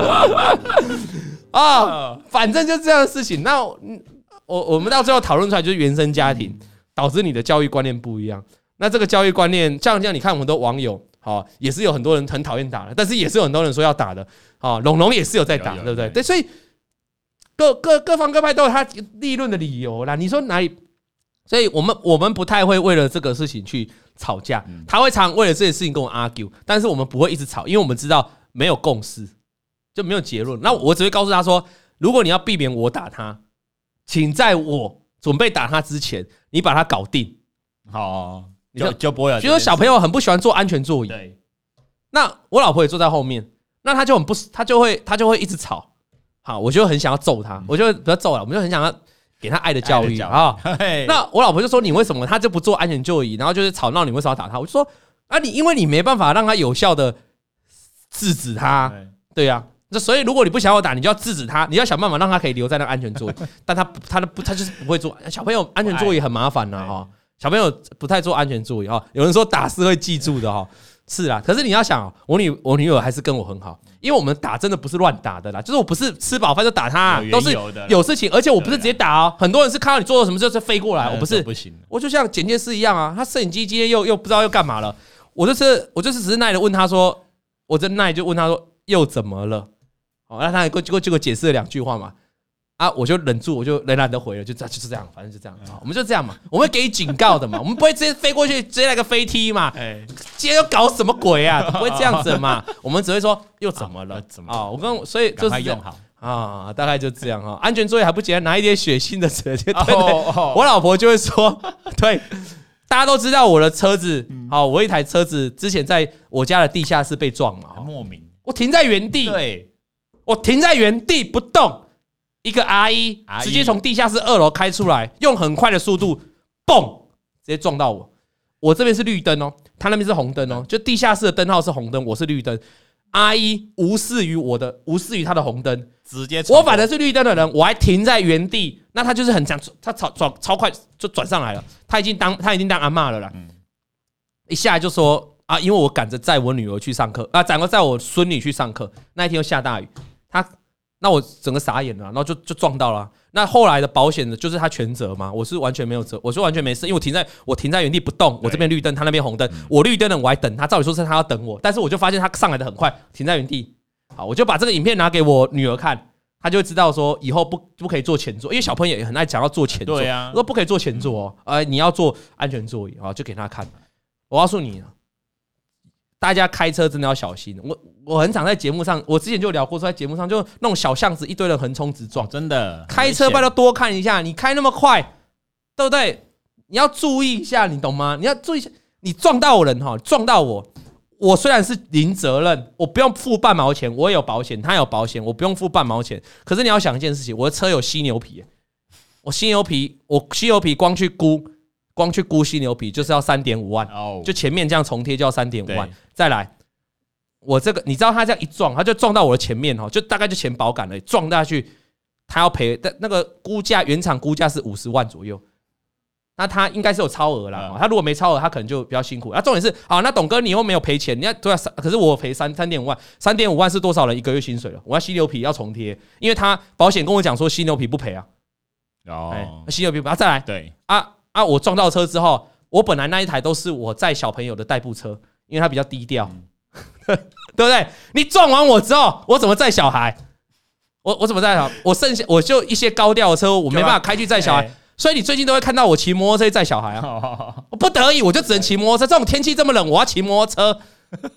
反正就这样的事情。那我们到最后讨论出来，就是原生家庭导致你的教育观念不一样。那这个教育观念，像这样，你看我们的网友。也是有很多人很讨厌打的，但是也是有很多人说要打的。龙龙也是有在打，对不对？对，所以各方各派都有他立论的理由啦。你说哪里？所以我们不太会为了这个事情去吵架，他会常为了这件事情跟我 argue， 但是我们不会一直吵，因为我们知道没有共识，就没有结论。那我只会告诉他说，如果你要避免我打他，请在我准备打他之前，你把他搞定。就不会有。比如说小朋友很不喜欢坐安全座椅，对，那我老婆也坐在后面，那他就会一直吵，我就很想要揍他，我就不要揍了，我们就很想要给他爱的教育那我老婆就说你为什么他就不坐安全座椅，然后就是吵闹，你为什么要打他？我就说因为你没办法让他有效的制止他，对呀。所以如果你不想要打，你就要制止他，你要想办法让他可以留在那个安全座椅，但他就是不会坐。小朋友安全座椅很麻烦小朋友不太坐安全座椅有人说打是会记住的是啦。可是你要想我女友还是跟我很好，因为我们打真的不是乱打的啦，就是我不是吃饱饭就打他，都是有事情，而且我不是直接打很多人是看到你做了什么就是飞过来，我不是，我就像剪接师一样他摄影机今天又不知道又干嘛了，我就是只是耐的问他说，我真耐就问他说又怎么了？那他结果解释了2句话嘛。我就忍住，我就懒得回了，就是这样，反正就这样我们就这样嘛，我们会给你警告的嘛，我们不会直接飞过去，直接来个飞踢嘛，今天要搞什么鬼啊？不会这样子嘛，我们只会说又怎么了？所以就是用好大概就这样安全座椅还不简单，拿一点血腥的车，对，我老婆就会说，对，大家都知道我的车子，我一台车子之前在我家的地下室被撞嘛， 莫名， 我停在原地，对，我停在原地不动。一个阿姨直接从地下室2楼开出来，用很快的速度，嘣，直接撞到我。我这边是绿灯他那边是红灯就地下室的灯号是红灯，我是绿灯。阿姨无视于他的红灯，直接我反而是绿灯的人，我还停在原地，那他就是很强，他超快就转上来了，他已经当阿嬷了啦。一下来就说因为我赶着载我女儿去上课赶着载我孙女去上课，那一天又下大雨，那我整个傻眼了，然后就撞到了。那后来的保险的就是他全责嘛，我是完全没有责，我说完全没事，因为我停在原地不动，我这边绿灯，他那边红灯，我绿灯了我还等他，照理说是他要等我，但是我就发现他上来的很快，停在原地。我就把这个影片拿给我女儿看，她就会知道说以后不可以坐前座，因为小朋友也很爱讲要坐前座，对啊，说不可以坐前座你要坐安全座椅就给他看。我告诉你大家开车真的要小心。我很常在节目上，我之前就聊过，说在节目上就那种小巷子一堆人横冲直撞，真的开车拜托多看一下，你开那么快，对不对？你要注意一下，你懂吗？你要注意一下，你撞到人撞到我虽然是零责任，我不用付半毛钱，我也有保险，他有保险，我不用付半毛钱。可是你要想一件事情，我的车有犀牛皮，我犀牛皮光去估犀牛皮就是要3.5万，就前面这样重贴就要3.5万。再来，我这个你知道他这样一撞，他就撞到我的前面就大概就前保杆了，撞下去他要赔的那个原厂估价是50万左右，那他应该是有超额啦。他如果没超额，他可能就比较辛苦。那重点是那董哥你又没有赔钱，你要对啊，可是我赔3.5万，3.5万是多少人1个月薪水了？我要犀牛皮要重贴，因为他保险跟我讲说犀牛皮不赔犀牛皮不要再来。对我撞到车之后，我本来那一台都是我载小朋友的代步车，因为它比较低调，对不对？你撞完我之后，我怎么载小孩？我怎么载小孩？我就一些高调的车，我没办法开去载小孩，所以你最近都会看到我骑摩托车载小孩我不得已我就只能骑摩托车。这种天气这么冷，我要骑摩托车，对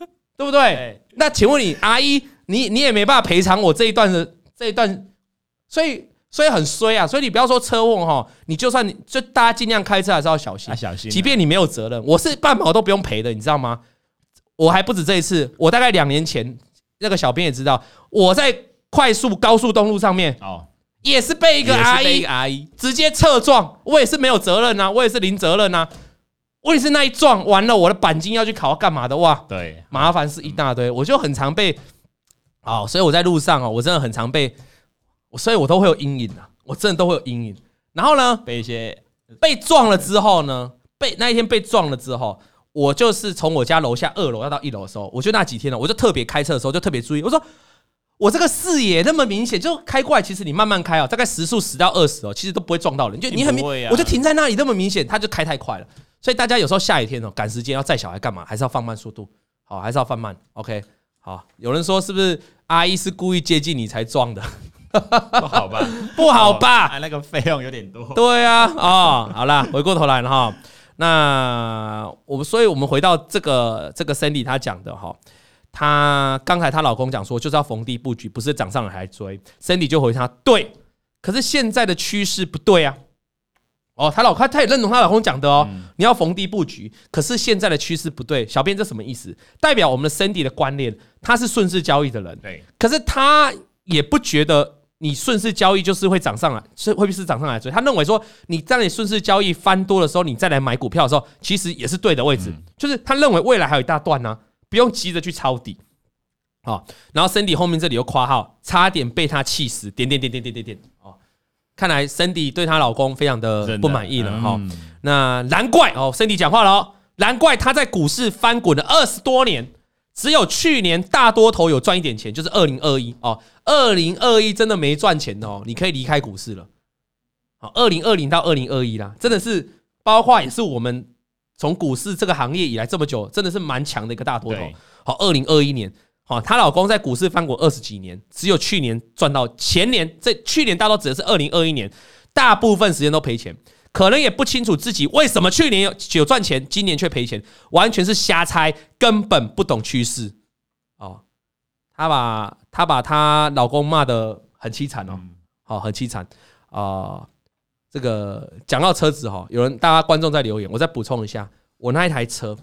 对不对？那请问你阿姨，你也没办法赔偿我这一段，所以很衰啊！所以你不要说车祸哈，你就大家尽量开车还是要小心，即便你没有责任，我是半毛都不用赔的，你知道吗？我还不止这一次，我大概2年前，那个小编也知道，我在高速公路上面也是被一个阿姨直接侧撞，我也是没有责任啊，我也是零责任啊。问题是那一撞完了，我的钣金要去考干嘛的？哇， 对， 麻烦是一大堆，我就很常被所以我在路上我真的很常被，所以我都会有阴影啊，我真的都会有阴影。然后呢，被撞了之后呢，那一天被撞了之后，我就是从我家楼下2楼要到1楼的时候，我就那几天我就特别开车的时候就特别注意，我说我这个视野那么明显，就开过来，其实你慢慢开大概时速10到20其实都不会撞到人，就你很明，我就停在那里那么明显，他就开太快了。所以大家有时候下雨天赶时间要载小孩干嘛，还是要放慢速度，好，还是要放慢。OK， 好，有人说是不是阿姨是故意接近你才撞的？ 不好吧？ 不好吧？ 那个费用有点多。 对啊，好啦，回过头来了哈。那所以我们回到这个 Sandy 她讲的哈，她刚才她老公讲说就是要逢低布局，不是涨上来还追。Sandy 就回她对，可是现在的趋势不对啊。她也认同她老公讲的你要逢低布局，可是现在的趋势不对。小编这什么意思？代表我们的 Sandy 的观念，他是顺势交易的人，对，可是他也不觉得你顺势交易就是会涨上来，会不会是涨上来追？他认为说，你在你顺势交易翻多的时候，你再来买股票的时候，其实也是对的位置，就是他认为未来还有一大段啊，不用急着去抄底。然后 Sandy 后面这里又括号，差点被他气死，点。看来 Sandy 对她老公非常的不满意了那难怪Sandy 讲话了难怪她在股市翻滚了20多年，只有去年大多头有赚一点钱，就是2021 2021真的没赚钱你可以离开股市了。2020到2021啦，真的是包括也是我们从股市这个行业以来这么久，真的是蛮强的一个大多头。2021年。她老公在股市翻滚20几年，只有去年赚到，前年去年大多指的是2021年，大部分时间都赔钱，可能也不清楚自己为什么去年有赚钱，今年却赔钱，完全是瞎猜，根本不懂趋势。她把她老公骂得很凄惨很凄惨这个讲到车子有人大家观众在留言，我再补充一下，我那一台车。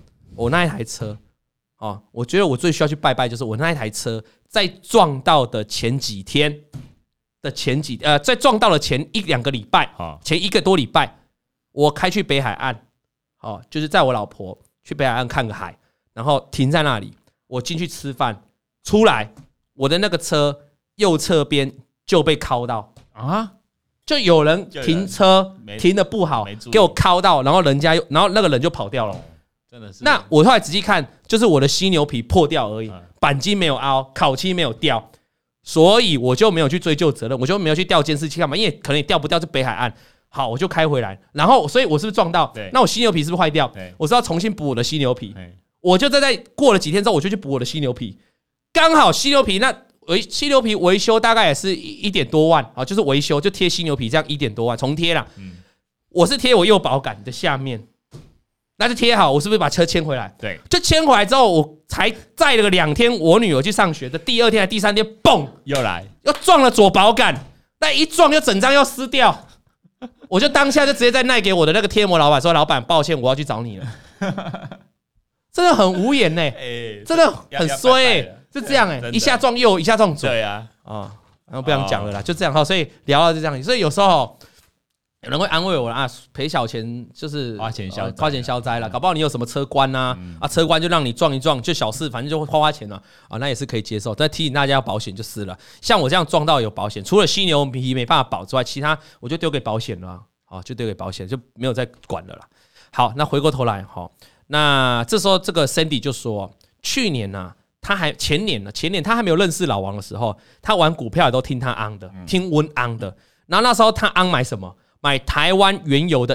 我觉得我最需要去拜拜，就是我那一台车在撞到的前几天的在撞到了前1-2个礼拜，前1个多礼拜，我开去北海岸，就是载我老婆去北海岸看个海，然后停在那里，我进去吃饭，出来，我的那个车右侧边就被敲到就有人停车停得不好，给我敲到，然后那个人就跑掉了。真的是，那我后来仔细看，就是我的犀牛皮破掉而已，钣金没有凹，烤漆没有掉，所以我就没有去追究责任，我就没有去调监视器干嘛，因为可能也调不掉，是北海岸。好，我就开回来，然后所以我是不是撞到？那我犀牛皮是不是坏掉？我是要重新补我的犀牛皮。我就在过了几天之后，我就去补我的犀牛皮，刚好犀牛皮维修大概也是1点多万就是维修就贴犀牛皮这样1点多万重贴啦。我是贴我右保杆的下面。那就贴好，我是不是把车牵回来？对，就牵回来之后，我才载了个2天，我女儿去上学的第2天还第3天，嘣，又撞了左保杆，那一撞就整张要撕掉，我就当下就直接在赖给我的那个贴膜老板说：“老板，抱歉，我要去找你了。”真的很无言真的很衰是这样一下撞右，一下撞左，对啊，然后不想讲了啦，就这样所以聊到就这样，所以有时候。有人会安慰我赔小钱就是花钱消灾了，搞不好你有什么车关车关就让你撞一撞，就小事，反正就会花钱了那也是可以接受。但提醒大家要保险就是了。像我这样撞到有保险，除了犀牛皮没办法保之外，其他我就丢给保险了就丢给保险，就没有再管了啦。好，那回过头来那这时候这个 Sandy 就说，去年前年他还没有认识老王的时候，他玩股票也都听他昂的，听温昂的。然后那时候他昂买什么？买台湾原油的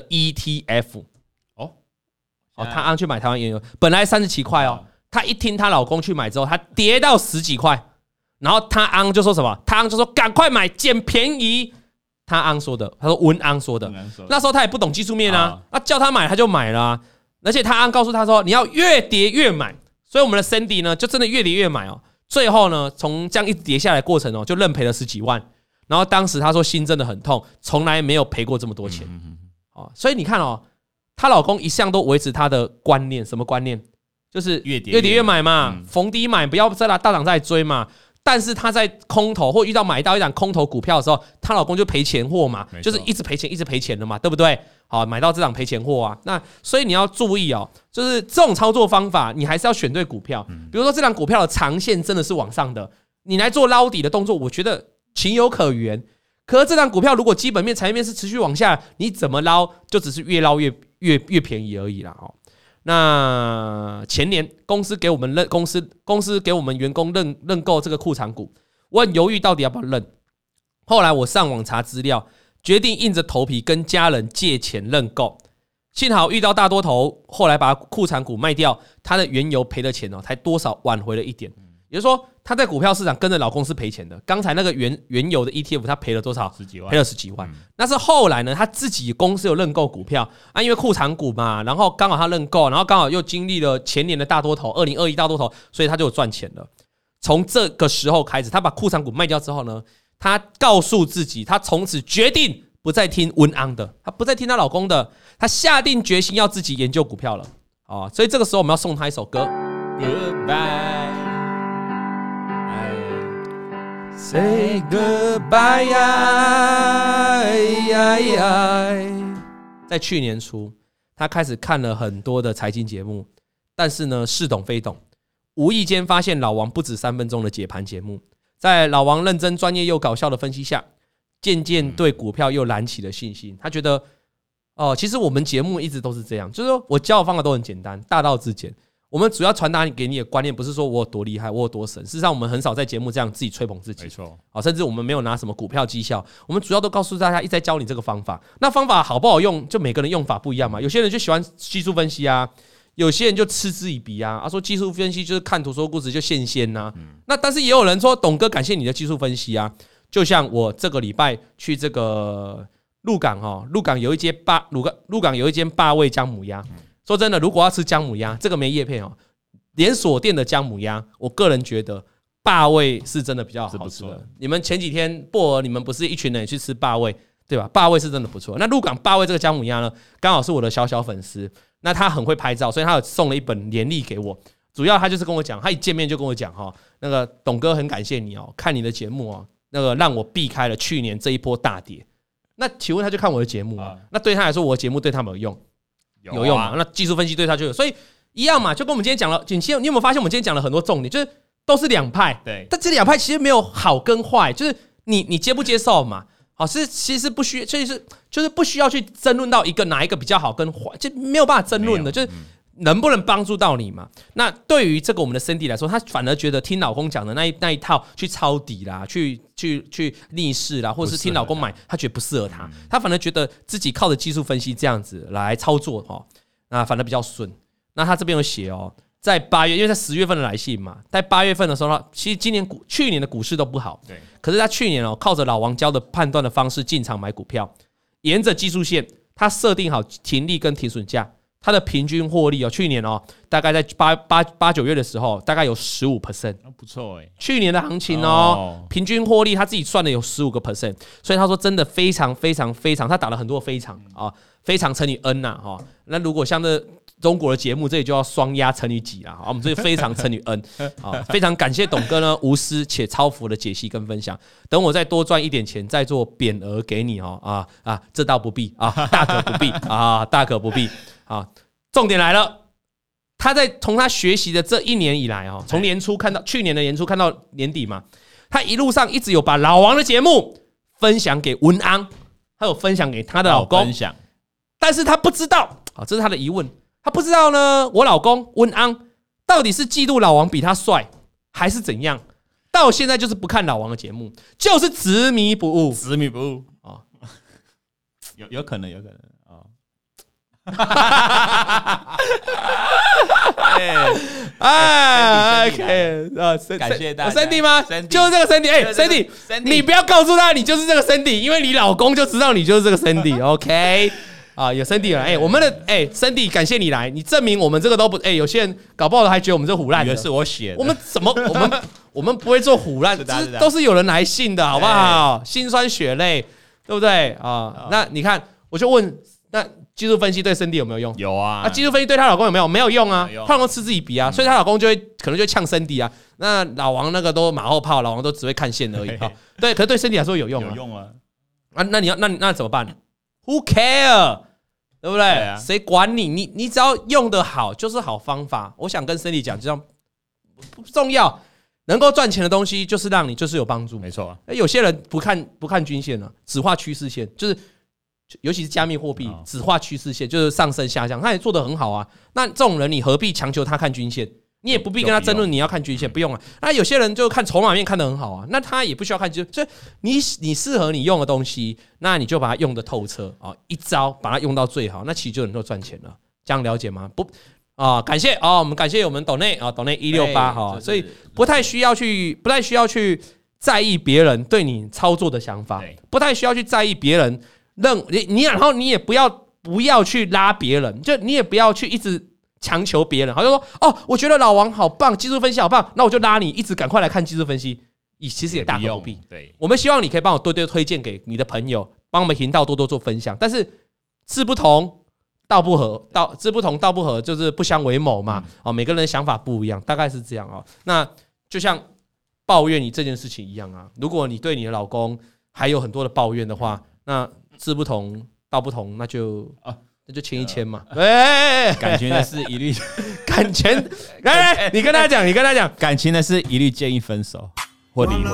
ETF 他昂去买台湾原油，本来37块他一听她老公去买之后，他跌到10几块，然后他昂就说什么？他昂就说赶快买，捡便宜。他昂说的，他说温昂说的，那时候他也不懂技术面叫他买他就买了而且他昂告诉他说你要越跌越买， 所以我们的 Sandy 呢，就真的越跌越买哦。最后呢，从这样一直跌下来的过程哦，就认赔了10几万。然后当时她说心真的很痛，从来没有赔过这么多钱。所以你看哦，她老公一向都维持她的观念，什么观念？就是越跌越买嘛，逢低买，不要在大涨再追嘛。但是她在空头或遇到买到一档空头股票的时候，她老公就赔钱货嘛，就是一直赔钱，一直赔钱的嘛，对不对？好，买到这档赔钱货啊。那所以你要注意哦，就是这种操作方法，你还是要选对股票。比如说这档股票的长线真的是往上的，你来做捞底的动作，我觉得情有可原。可是这档股票如果基本面、产业面是持续往下，你怎么捞就只是越捞越便宜而已啦。那前年公司给我们员工认购这个库藏股，我很犹豫到底要不要认。后来我上网查资料，决定硬着头皮跟家人借钱认购。幸好遇到大多头，后来把库藏股卖掉，他的原油赔的钱才多少挽回了一点。也就是说，他在股票市场跟着老公是赔钱的。刚才那个原油的 ETF， 他赔了多少？10几万，赔了10几万。那是后来呢，他自己公司有认购股票啊，因为库藏股嘛，然后刚好他认购，然后刚好又经历了前年的大多头，2021大多头，所以他就有赚钱了。从这个时候开始，他把库藏股卖掉之后呢，他告诉自己，他从此决定不再听文安的，他不再听他老公的，他下定决心要自己研究股票了啊！所以这个时候我们要送他一首歌 ，Goodbye。Say goodbye， 在去年初，他开始看了很多的财经节目，但是呢，似懂非懂，无意间发现老王不止3分钟的解盘节目，在老王认真、专业又搞笑的分析下，渐渐对股票又燃起了信心。他觉得，其实我们节目一直都是这样，就是说我教的方法都很简单，大道至简。我们主要传达给你的观念，不是说我有多厉害，我有多神。事实上，我们很少在节目这样自己吹捧自己， 没错。 甚至我们没有拿什么股票绩效，我们主要都告诉大家，一直在教你这个方法。那方法好不好用，就每个人用法不一样嘛。有些人就喜欢技术分析啊，有些人就嗤之以鼻啊，说技术分析就是看图说故事就现仙呐。那但是也有人说，董哥感谢你的技术分析啊。就像我这个礼拜去这个鹿港有一间霸味姜母鸭。说真的，如果要吃姜母鸭，这个没业配连锁店的姜母鸭，我个人觉得霸味是真的比较好吃的。你们前几天薄荷，你们不是一群人去吃霸味，对吧？霸味是真的不错。那鹿港霸味这个姜母鸭呢，刚好是我的小粉丝，那他很会拍照，所以他有送了一本年历给我。主要他就是跟我讲，他一见面就跟我讲那个董哥很感谢你看你的节目那个让我避开了去年这一波大跌。那请问他就看我的节目那对他来说，我的节目对他们有用？有用嘛？那技术分析对他就有，所以一样嘛，就跟我们今天讲了。你有没有发现我们今天讲了很多重点，就是都是两派， 对， 但这两派其实没有好跟坏，就是你接不接受嘛？其实不需要，就是不需要去争论到哪一个比较好跟坏，就没有办法争论的，就是能不能帮助到你嘛？那对于这个我们的Sandy来说，他反而觉得听老公讲的那一套去抄底啦，去逆势啦，或者是听老公买，他觉得不适合他，他反而觉得自己靠着技术分析这样子来操作那反而比较顺。那他这边有写在8月，因为在10月份的来信嘛，在8月份的时候，其实去年的股市都不好，对。可是他去年靠着老王教的判断的方式进场买股票，沿着技术线，他设定好停利跟停损价。它的平均获利去年大概在8、9月的时候，大概有15%， 不错去年的行情平均获利他自己算的有15%，所以他说真的非常非常非常，他打了很多非常非常乘以 N 那如果像这中国的节目，这里就要双压乘以几啦我们这里非常乘以 N 非常感谢董哥呢无私且超服的解析跟分享。等我再多赚一点钱，再做匾额给你这倒不必大可不必大可不必。重点来了，他从他学习的这1年以来从年初看到去年的年初看到年底嘛，他一路上一直有把老王的节目分享给文安，还有分享给他的老公，但是他不知道这是他的疑问，他不知道呢，我老公文安到底是嫉妒老王比他帅，还是怎样？到现在就是不看老王的节目，就是执迷不悟有可能OK， 感谢大家 ，Sandy 吗？就是这个 Sandy，Sandy，你不要告诉他你就是这个 Sandy， 因为你老公就知道你就是这个 Sandy，OK？ 啊，有 Cindy 来，我们的Cindy 感谢你来，你证明我们这个都不有些人搞不好还觉得我们这唬烂的， 以为是我写的， 我们怎么我们不会做唬烂，都是有人来信的好不好？辛酸血泪，对不对啊？那你看，我就问，那技术分析对 Cindy 有没有用？ 有啊， 那技术分析对她老公有没有？没有用啊，她老公嗤之以鼻啊，所以她老公可能就会呛 Cindy 啊。那老王那个都马后炮，老王都只会看线而已啊。对，可是对 Cindy 来说有用啊， 有用啊。 那怎么办 ？Who care？ 对不对？谁管你？你只要用得好，就是好方法。我想跟 Cindy 讲，这样不重要，能够赚钱的东西就是让你就是有帮助。 没错， 有些人不看均线了，只画趋势线，就是尤其是加密货币，只画趋势线，就是上升下降，他也做得很好啊。那这种人，你何必强求他看均线？你也不必跟他争论你要看均线，不用啊。那有些人就看筹码面看得很好啊，那他也不需要看均线。所以你适合你用的东西，那你就把它用的透彻啊，一招把它用到最好，那其实就能够赚钱了。这样了解吗？不啊，感谢啊，我们感谢我们抖内啊，抖内168哈，所以不太需要去在意别人对你操作的想法，不太需要去在意别人然后你也不要去拉别人，就你也不要去一直强求别人，好像说哦，我觉得老王好棒，技术分析好棒，那我就拉你一直赶快来看技术分析，其实也大可不必。对，我们希望你可以帮我多推荐给你的朋友，帮我们频道多做分享。但是志不同道不合，志不同道不合，就是不相为谋嘛。每个人的想法不一样，大概是这样啊。那就像抱怨你这件事情一样啊，如果你对你的老公还有很多的抱怨的话，那志不同道不同，那就签一签嘛。 感情的事一律感情，你跟他讲， 感情的事一律建议分手或离婚。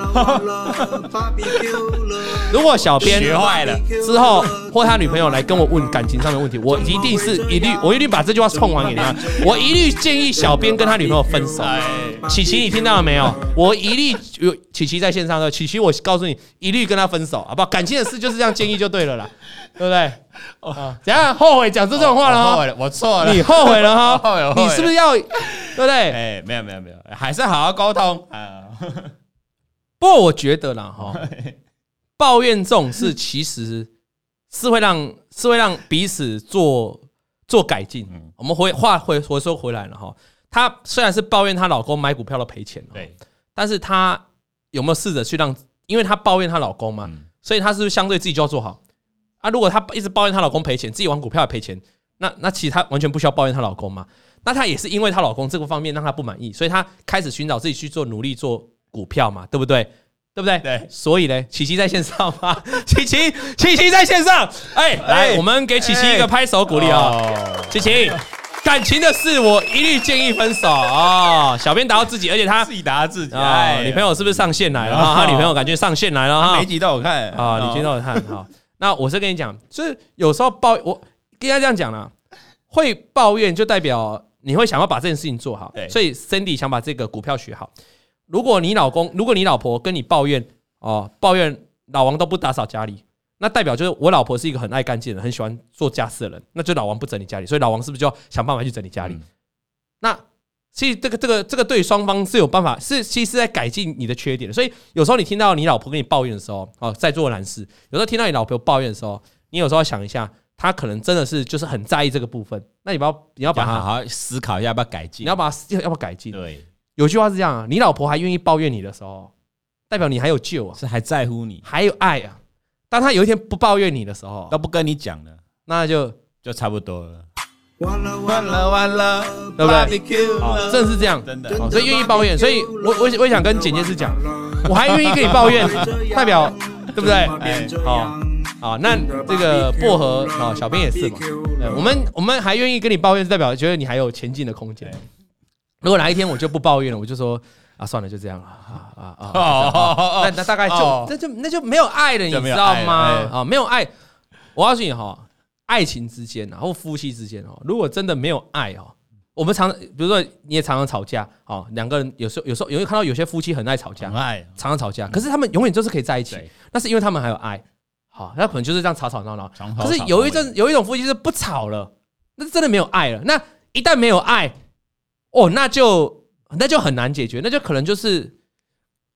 如果小编学坏了之后，或他女朋友来跟我问感情上的问题，我一律把这句话送还给他。我一律建议小编跟他女朋友分手。琪琪，你听到了没有？我一律琪琪在线上的琪琪，我告诉你，一律跟他分手，好不好？感情的事就是这样建议就对了啦，对不对？怎样后悔讲出这种话了？ 后悔了，我错了， 你后悔了哈？ 后悔， 你是不是要对不对？ 没有，还是好好沟通。 不过我觉得啦，抱怨这种事其实是会让彼此做改进。我们回说回来了哈，她虽然是抱怨她老公买股票都赔钱，对，但是她有没有试着去因为她抱怨她老公嘛，所以她是不是相对自己就要做好啊？如果她一直抱怨她老公赔钱，自己玩股票也赔钱，那其实她完全不需要抱怨她老公嘛。那她也是因为她老公这个方面让她不满意，所以她开始寻找自己去努力做股票嘛，对不对？对不对？对，所以呢，琪琪在线上吗？琪琪在线上，来，我们给琪琪一个拍手鼓励啊！琪琪，感情的事我一律建议分手啊！小编打到自己，而且他自己打到自己女朋友是不是上线来了？他女朋友感觉上线来了哈， 每集都有看啊，每集都有看哈。那我是跟你讲，就是有时候我跟他这样讲啦，会抱怨就代表你会想要把这件事情做好，所以 Cindy 想把这个股票学好。如果你老婆跟你抱怨老王都不打扫家里，那代表就是我老婆是一个很爱干净的人，很喜欢做家事的人，那就老王不整理家里，所以老王是不是就要想办法去整理家里？那其实这个对双方是有办法，其实是在改进你的缺点的。所以有时候你听到你老婆跟你抱怨的时候，在座的男士，有时候听到你老婆抱怨的时候，你有时候要想一下，他可能真的是就是很在意这个部分，那你要把它好好思考一下要不要改进， 你要不要改进？ 对。 有句话是这样啊，你老婆还愿意抱怨你的时候，代表你还有救啊， 是还在乎你， 还有爱啊。当他有一天不抱怨你的时候， 都不跟你讲了， 那就差不多了。 完了， 对不对？真的是这样， 真的。 所以愿意抱怨，所以我想跟简介师讲，我还愿意跟你抱怨，代表对不对？那这个薄荷小编也是嘛。我们还愿意跟你抱怨，代表觉得你还有前进的空间。如果哪一天我就不抱怨了，我就说算了，就这样了那大概那就没有爱了，你知道吗？没有爱，我告诉你爱情之间或夫妻之间如果真的没有爱我们比如说你也常常吵架两个人有时候看到有些夫妻很爱吵架，常常吵架，可是他们永远就是可以在一起，那是因为他们还有爱。那可能就是这样吵吵闹闹。可是有一种夫妻是不吵了，那真的没有爱了。那一旦没有爱，那就很难解决，那就可能就是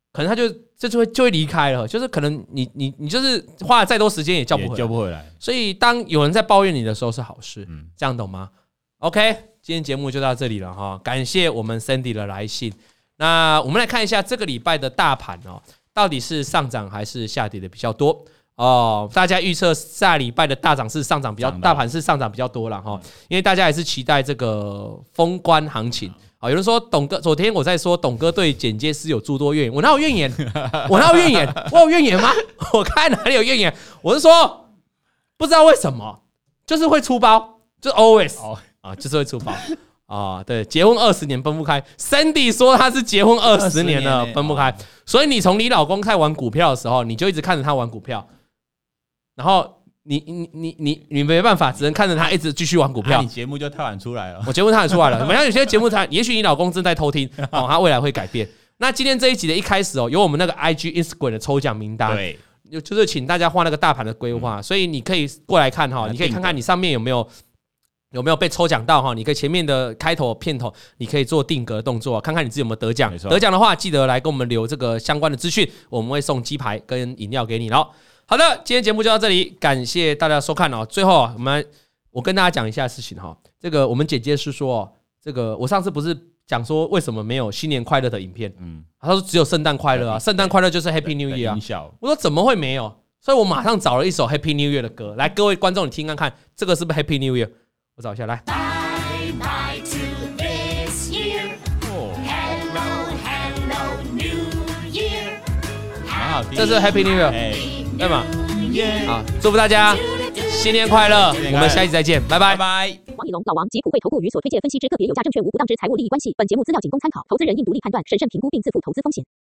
可能他就会离开了，就是可能你就是花了再多时间也叫不回来。所以当有人在抱怨你的时候是好事，这样懂吗 ？OK， 今天节目就到这里了哈，感谢我们 Sandy 的来信。那我们来看一下这个礼拜的大盘哦，到底是上涨还是下跌的比较多哦？大家预测下礼拜的大盘是上涨比较多了哈，因为大家还是期待这个封关行情。有人说董哥，昨天我在说董哥对剪接师有诸多怨言，我哪有怨言？我有怨言吗？我看哪里有怨言？我是说，不知道为什么，就是会出包，就是 always 就是会出包对，结婚20年分不开。Sandy 说他是结婚20年了，分不开，所以你从你老公在玩股票的时候，你就一直看着他玩股票，然后。你没办法，只能看着他一直继续玩股票。 你节目就太晚出来了， 我节目太晚出来了。好像有些节目也许你老公正在偷听他未来会改变。那今天这一集的一开始有我们那个 IG、Instagram 的抽奖名单，对，就是请大家画那个大盘的规划，所以你可以过来看你可以看看你上面有没有被抽奖到你可以前面的开头片头，你可以做定格动作，看看你自己有没有得奖。得奖的话，记得来跟我们留这个相关的资讯，我们会送鸡排跟饮料给你咯。好的，今天节目就到这里，感谢大家收看哦。最后我跟大家讲一下事情哈，这个我们剪接师说这个我上次不是讲说为什么没有新年快乐的影片，他说只有圣诞快乐啊，圣诞快乐就是 Happy New Year 啊。我说怎么会没有？所以我马上找了一首 Happy New Year 的歌，来各位观众你听看看，这个是不是 Happy New Year？ 我找一下来。Bye bye to this year. Hello Hello New Year. 蛮好听，这是 Happy New Year。对吗？好，祝福大家新年快乐！我们下一集再见，拜拜。王以龙、老王及普惠投顾与所推荐分析之个别有价证券无不当之财务利益关系。本节目资料仅供参考，投资人应独立判断、审慎评估并自负投资风险。